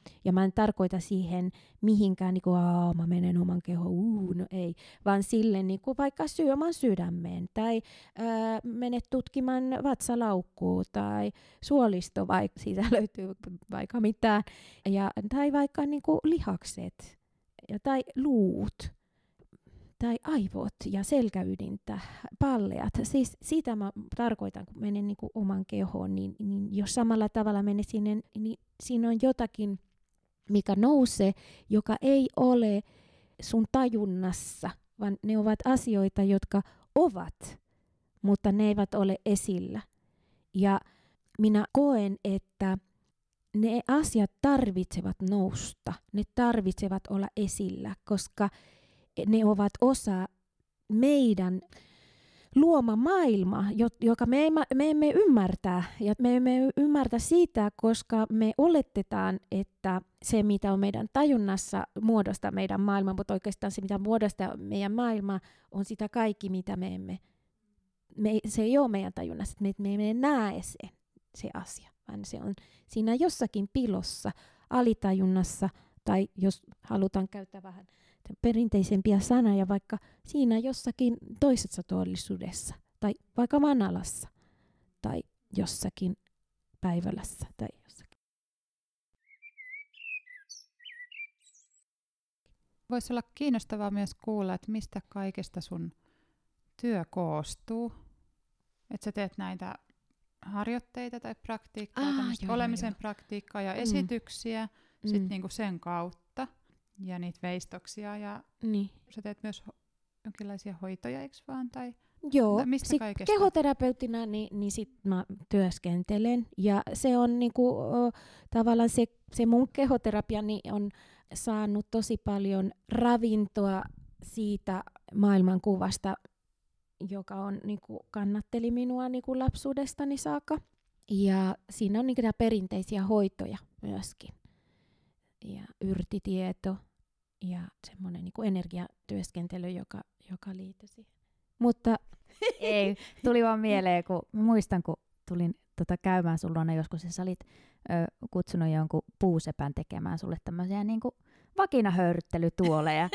Ja mä en tarkoita siihen mihinkään, niin kuin, mä menen oman kehoon, no ei. Vaan sille niin kuin vaikka syö oman sydämeen, tai menet tutkimaan vatsalaukkuun, tai suolisto, vaikka siitä löytyy vaikka mitään. Tai vaikka niin kuin lihakset, tai luut. Tai aivot ja selkäydintä, palleat. Siis sitä mä tarkoitan, kun menen niin kuin oman kehoon, niin jos samalla tavalla menen sinne, niin siinä on jotakin, mikä nousee, joka ei ole sun tajunnassa, vaan ne ovat asioita, jotka ovat, mutta ne eivät ole esillä. Ja minä koen, että ne asiat tarvitsevat nousta, ne tarvitsevat olla esillä, koska ne ovat osa meidän luoma maailma, joka me emme ymmärtää. Ja me emme ymmärtä sitä, koska me oletetaan, että se, mitä on meidän tajunnassa, muodostaa meidän maailma, mutta oikeastaan se, mitä muodostaa meidän maailma, on sitä kaikki, mitä se ei ole meidän tajunnassa. Me emme näe se asia, vaan se on siinä jossakin pilossa, alitajunnassa, tai jos halutaan käyttää vähän perinteisempiä sanoja, vaikka siinä jossakin toisessa todellisuudessa, tai vaikka manalassa, tai jossakin päivälässä, tai jossakin. Voisi olla kiinnostavaa myös kuulla, että mistä kaikesta sun työ koostuu. Että sä teet näitä harjoitteita tai praktiikkaa, olemisen praktiikkaa ja esityksiä sit niinku sen kautta. Ja niitä veistoksia ja sä teet myös jonkinlaisia hoitoja, eikö vaan? Tai joo, mistä kaikesta? Kehoterapeuttina niin sit mä työskentelen. Ja se on niinku, tavallaan se mun kehoterapiani on saanut tosi paljon ravintoa siitä maailmankuvasta, joka on, niinku, kannatteli minua niinku lapsuudestani saakka. Ja siinä on niinku perinteisiä hoitoja myöskin. Ja yrtitieto ja semmoinen niin kuin energiatyöskentely, joka liittyy siihen. Mutta ei, tuli vaan mieleen, kun muistan, kun tulin käymään sun luona joskus, ja sä olit kutsunut jonkun puusepän tekemään sulle tämmöisiä niin kuin vakinahöyryttelytuoleja.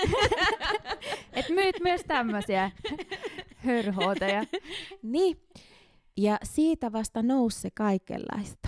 Et myyt myös tämmöisiä hörhooteja. Niin, ja siitä vasta nousi kaikenlaista.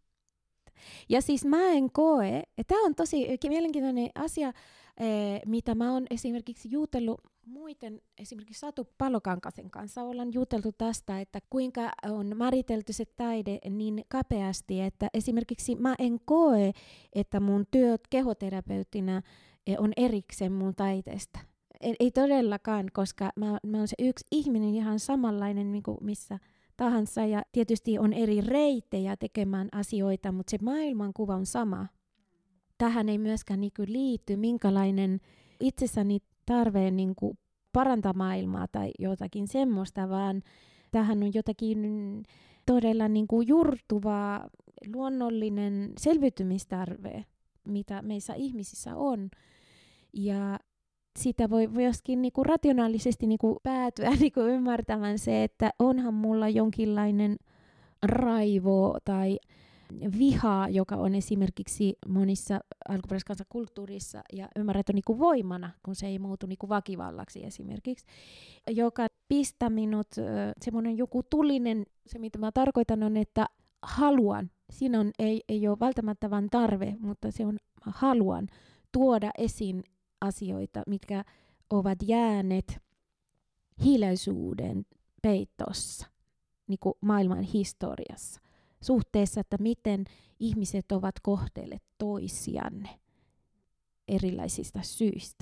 Ja siis mä en koe, että tämä on tosi mielenkiintoinen asia, mitä mä oon esimerkiksi jutellut muiden, esimerkiksi Satu Palokankasen kanssa ollaan juteltu tästä, että kuinka on määritelty se taide niin kapeasti, että esimerkiksi mä en koe, että mun työt kehoterapeutina on erikseen mun taiteesta. Ei todellakaan, koska mä oon se yksi ihminen ihan samanlainen niin kuin missä tahansa, ja tietysti on eri reittejä tekemään asioita, mutta se maailmankuva on sama. Tähän ei myöskään liity minkälainen itsessäni tarve parantaa maailmaa tai jotakin semmoista, vaan tähän on jotakin todella juurtuvaa luonnollinen selviytymistarve, mitä meissä ihmisissä on. Ja sitä voi myöskin rationaalisesti päätyä ymmärtämään se, että onhan mulla jonkinlainen raivo tai viha, joka on esimerkiksi monissa alkuperäiskansakulttuurissa ja ymmärretty voimana, kun se ei muutu väkivallaksi esimerkiksi, joka pistää minut semmoinen joku tulinen, se mitä mä tarkoitan on, että haluan, siinä on, ei ole välttämättä vain tarve, mutta se on haluan tuoda esiin asioita, mitkä ovat jääneet hiljaisuuden peitossa maailman historiassa. Suhteessa, että miten ihmiset ovat kohdelleet toisianne erilaisista syistä.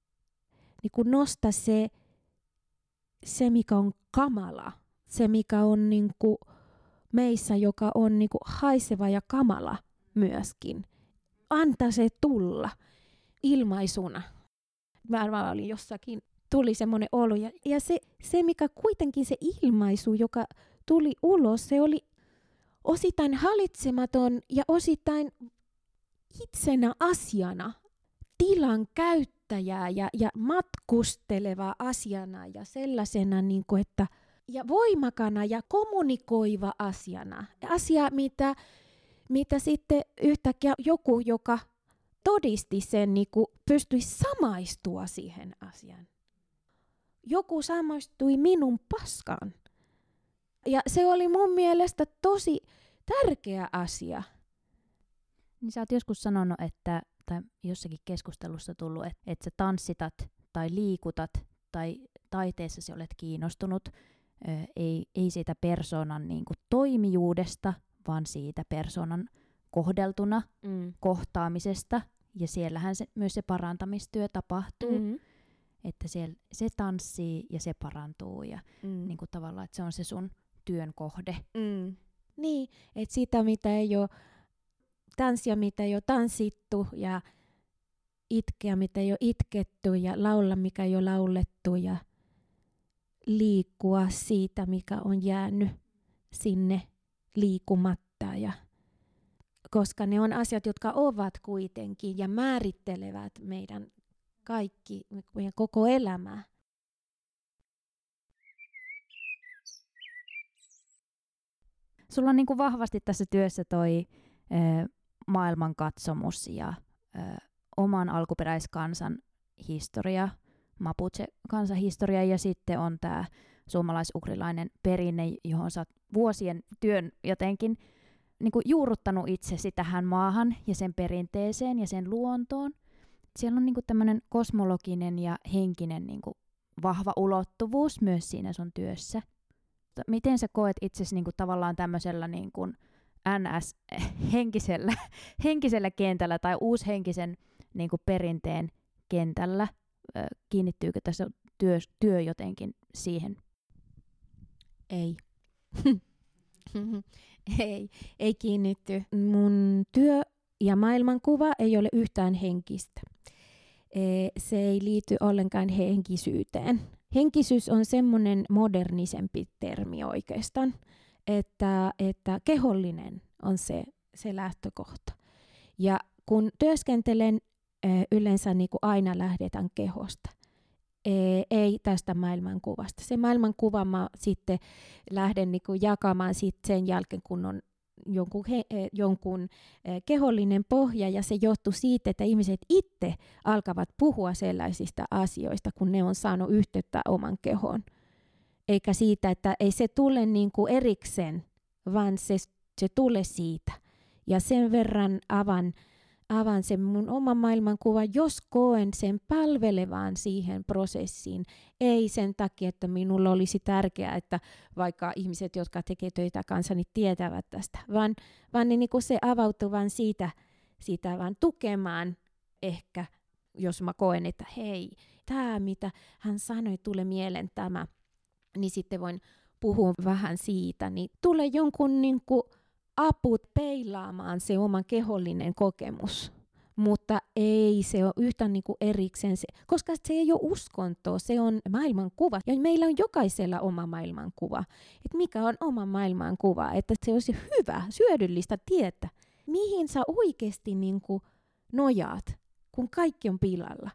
Nosta se, mikä on kamala, se mikä on meissä, joka on haiseva ja kamala myöskin. Antaa se tulla ilmaisuna. Mä olin jossakin, tuli semmoinen olo. Ja se, mikä kuitenkin se ilmaisu, joka tuli ulos, se oli osittain hallitsematon ja osittain itsenä asiana, tilan käyttäjää ja matkusteleva asiana ja sellaisena, että, ja voimakana ja kommunikoiva asiana. Asia, mitä sitten yhtäkkiä joku, joka todisti sen, niin kuin pystyi samaistua siihen asiaan. Joku samaistui minun paskaan. Ja se oli mun mielestä tosi tärkeä asia. Niin sä oot joskus sanonut, tai jossakin keskustelussa tullut, että sä tanssitat tai liikutat tai taiteessa sä olet kiinnostunut, ei siitä persoonan niin kuin toimijuudesta, vaan siitä persoonan kohdeltuna kohtaamisesta. Ja siellähän myös se parantamistyö tapahtuu. Että se tanssii ja se parantuu ja niin kuin tavallaan, että se on se sun työn kohde. Niin, että sitä mitä ei ole tanssia, mitä ei ole tanssittu ja itkeä, mitä ei ole itketty ja laula, mikä ei ole laulettu ja liikkua siitä, mikä on jäänyt sinne liikumatta. Koska ne on asiat, jotka ovat kuitenkin ja määrittelevät meidän koko elämää. Sulla on niin kuin vahvasti tässä työssä toi maailmankatsomus ja oman alkuperäiskansan historia, Mapuche-kansan historia, ja sitten on tämä suomalaisukrilainen perinne, johon sä oot vuosien työn jotenkin niin kuin juurruttanut itsesi tähän maahan ja sen perinteeseen ja sen luontoon. Siellä on niin kuin tämmöinen kosmologinen ja henkinen niin kuin vahva ulottuvuus myös siinä sun työssä. Miten sä koet itsesi niin kuin tavallaan tämmöisellä niin kuin NS-henkisellä kentällä tai uushenkisen niin kuin perinteen kentällä? Kiinnittyykö tässä työ jotenkin siihen? Ei. Ei kiinnitty. Mun työ ja maailmankuva ei ole yhtään henkistä. Se ei liity ollenkaan henkisyyteen. Henkisyys on semmoinen modernisempi termi oikeastaan, että kehollinen on se lähtökohta. Ja kun työskentelen, yleensä niin kuin aina lähdetään kehosta, ei tästä maailmankuvasta. Se maailmankuva mä sitten lähden niin kuin jakamaan sen jälkeen, kun on jonkun kehollinen pohja, ja se johtuu siitä, että ihmiset itse alkavat puhua sellaisista asioista, kun ne on saanut yhteyttä oman kehoon. Eikä siitä, että ei se tule niin kuin erikseen, vaan se tulee siitä. Ja sen verran avaan sen mun oman maailmankuvan, jos koen sen palvelevan siihen prosessiin. Ei sen takia, että minulla olisi tärkeää, että vaikka ihmiset, jotka tekevät töitä kanssani, tietävät tästä, vaan ne niinku se avautuu vaan siitä vaan tukemaan ehkä, jos mä koen, että hei, tämä mitä hän sanoi, tulee mieleen tämä, niin sitten voin puhua vähän siitä, niin tulee jonkun niinku aput peilaamaan se oma kehollinen kokemus, mutta ei se ole yhtään niinku erikseen, koska se ei ole uskontoa, se on maailmankuva. Ja meillä on jokaisella oma maailmankuva, että mikä on oma maailmankuva, että se olisi hyvä, hyödyllistä tietää, mihin sä oikeasti niinku nojaat, kun kaikki on pilalla.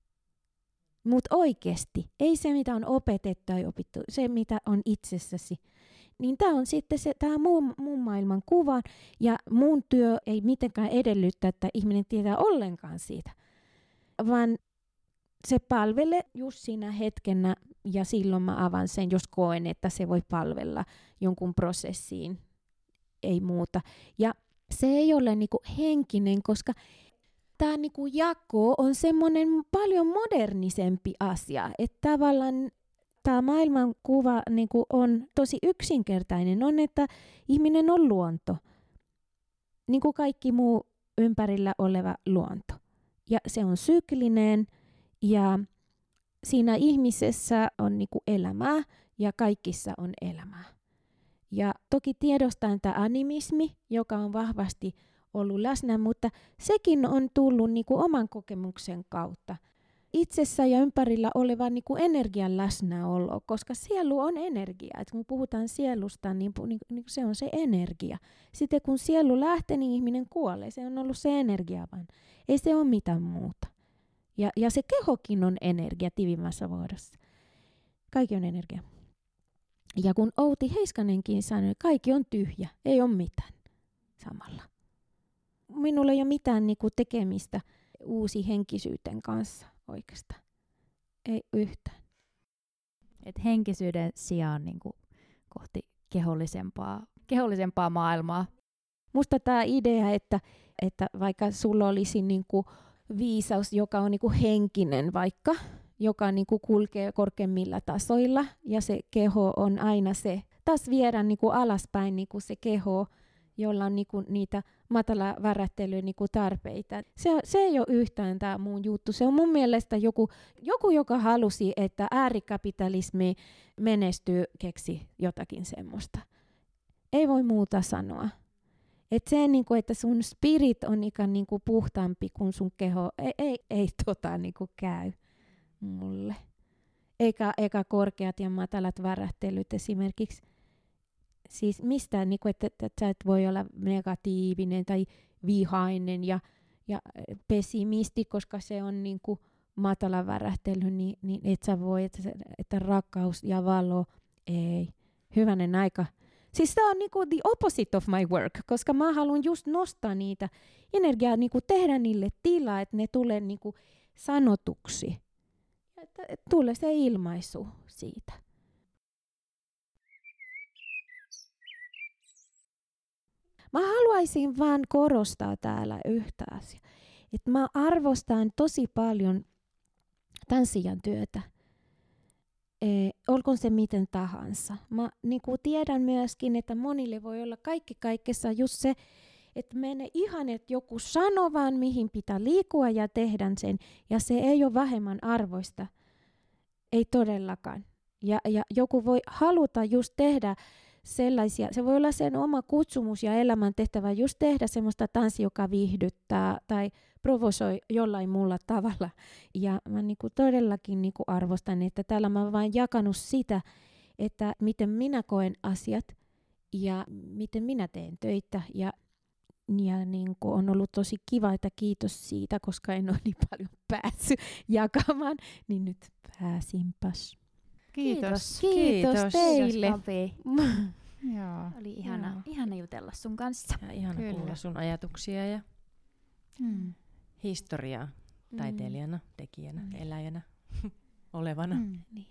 Mutta oikeasti, ei se mitä on opetettu tai opittu, se mitä on itsessäsi. Niin tämä on sitten tämä mun maailman kuva, ja mun työ ei mitenkään edellyttä, että ihminen tietää ollenkaan siitä, vaan se palvelee just siinä hetkenä, ja silloin mä avaan sen, jos koen, että se voi palvella jonkun prosessiin, ei muuta. Ja se ei ole niinku henkinen, koska tämä niinku jako on semmoinen paljon modernisempi asia, että tavallaan tämä maailmankuva niinku on tosi yksinkertainen, on, että ihminen on luonto, niin kuin kaikki muu ympärillä oleva luonto. Ja se on syklinen, ja siinä ihmisessä on niinku elämää, ja kaikissa on elämää. Ja toki tiedostan tämä animismi, joka on vahvasti ollut läsnä, mutta sekin on tullut niinku oman kokemuksen kautta. Itsessä ja ympärillä oleva niinku energian läsnäolo, koska sielu on energia. Et kun puhutaan sielusta, niin se on se energia. Sitten kun sielu lähtee, niin ihminen kuolee. Se on ollut se energia vain. Ei se ole mitään muuta. Ja se kehokin on energia tiivimmässä muodossa. Kaikki on energia. Ja kun Outi Heiskanenkin sanoi, että kaikki on tyhjä, ei ole mitään samalla. Minulla ei ole mitään niinku tekemistä uusi henkisyyden kanssa oikeastaan. Ei yhtään. Et henkisyyden sijaan niin kuin kohti kehollisempaa maailmaa. Musta tämä idea, että vaikka sulla olisi niinku viisaus, joka on niinku henkinen vaikka, joka niinku kulkee korkeimmilla tasoilla ja se keho on aina se, taas viedään niinku alaspäin niinku se keho, jolla on niinku niitä matala värähtelyä niinku tarpeita. Se ei ole yhtään tämä mun juttu. Se on mun mielestä joku joka halusi, että äärikapitalismi menestyy, keksi jotakin semmoista. Ei voi muuta sanoa. Että se, niinku, että sun spirit on ikään niinku puhtaampi kuin sun keho, ei niinku käy mulle. Eikä korkeat ja matalat värähtelyt esimerkiksi. Siis mistään, niinku, että sä et voi olla negatiivinen tai vihainen ja pessimisti, koska se on niinku matala värähtely, niin et sä voi, että rakkaus ja valo, ei. Hyvänen aika. Siis tämä on niinku the opposite of my work, koska mä haluan just nostaa niitä energiaa, niinku tehdä niille tilaa, että ne tulee niinku sanotuksi. Että tulee se ilmaisu siitä. Mä haluaisin vaan korostaa täällä yhtä asiaa. Että mä arvostan tosi paljon tanssijan työtä. Olkoon se miten tahansa. Mä tiedän myöskin, että monille voi olla kaikessa just se, että menee ihan, että joku sanoo vaan, mihin pitää liikkua ja tehdä sen. Ja se ei ole vähemmän arvoista. Ei todellakaan. Ja joku voi haluta just tehdä sellaisia, se voi olla sen oma kutsumus ja elämäntehtävä just tehdä semmoista tanssia, joka viihdyttää tai provosoi jollain muulla tavalla. Ja mä todellakin arvostan, että täällä mä oon vain jakanut sitä, että miten minä koen asiat ja miten minä teen töitä. Ja on ollut tosi kiva, että kiitos siitä, koska en ole niin paljon päässyt jakamaan, niin nyt pääsinpäs. Kiitos. Kiitos teille. Joo. Oli ihana jutella sun kanssa. Ja ihana kuulla sun ajatuksia ja historiaa taiteilijana, tekijänä, eläjänä, olevana. Niin.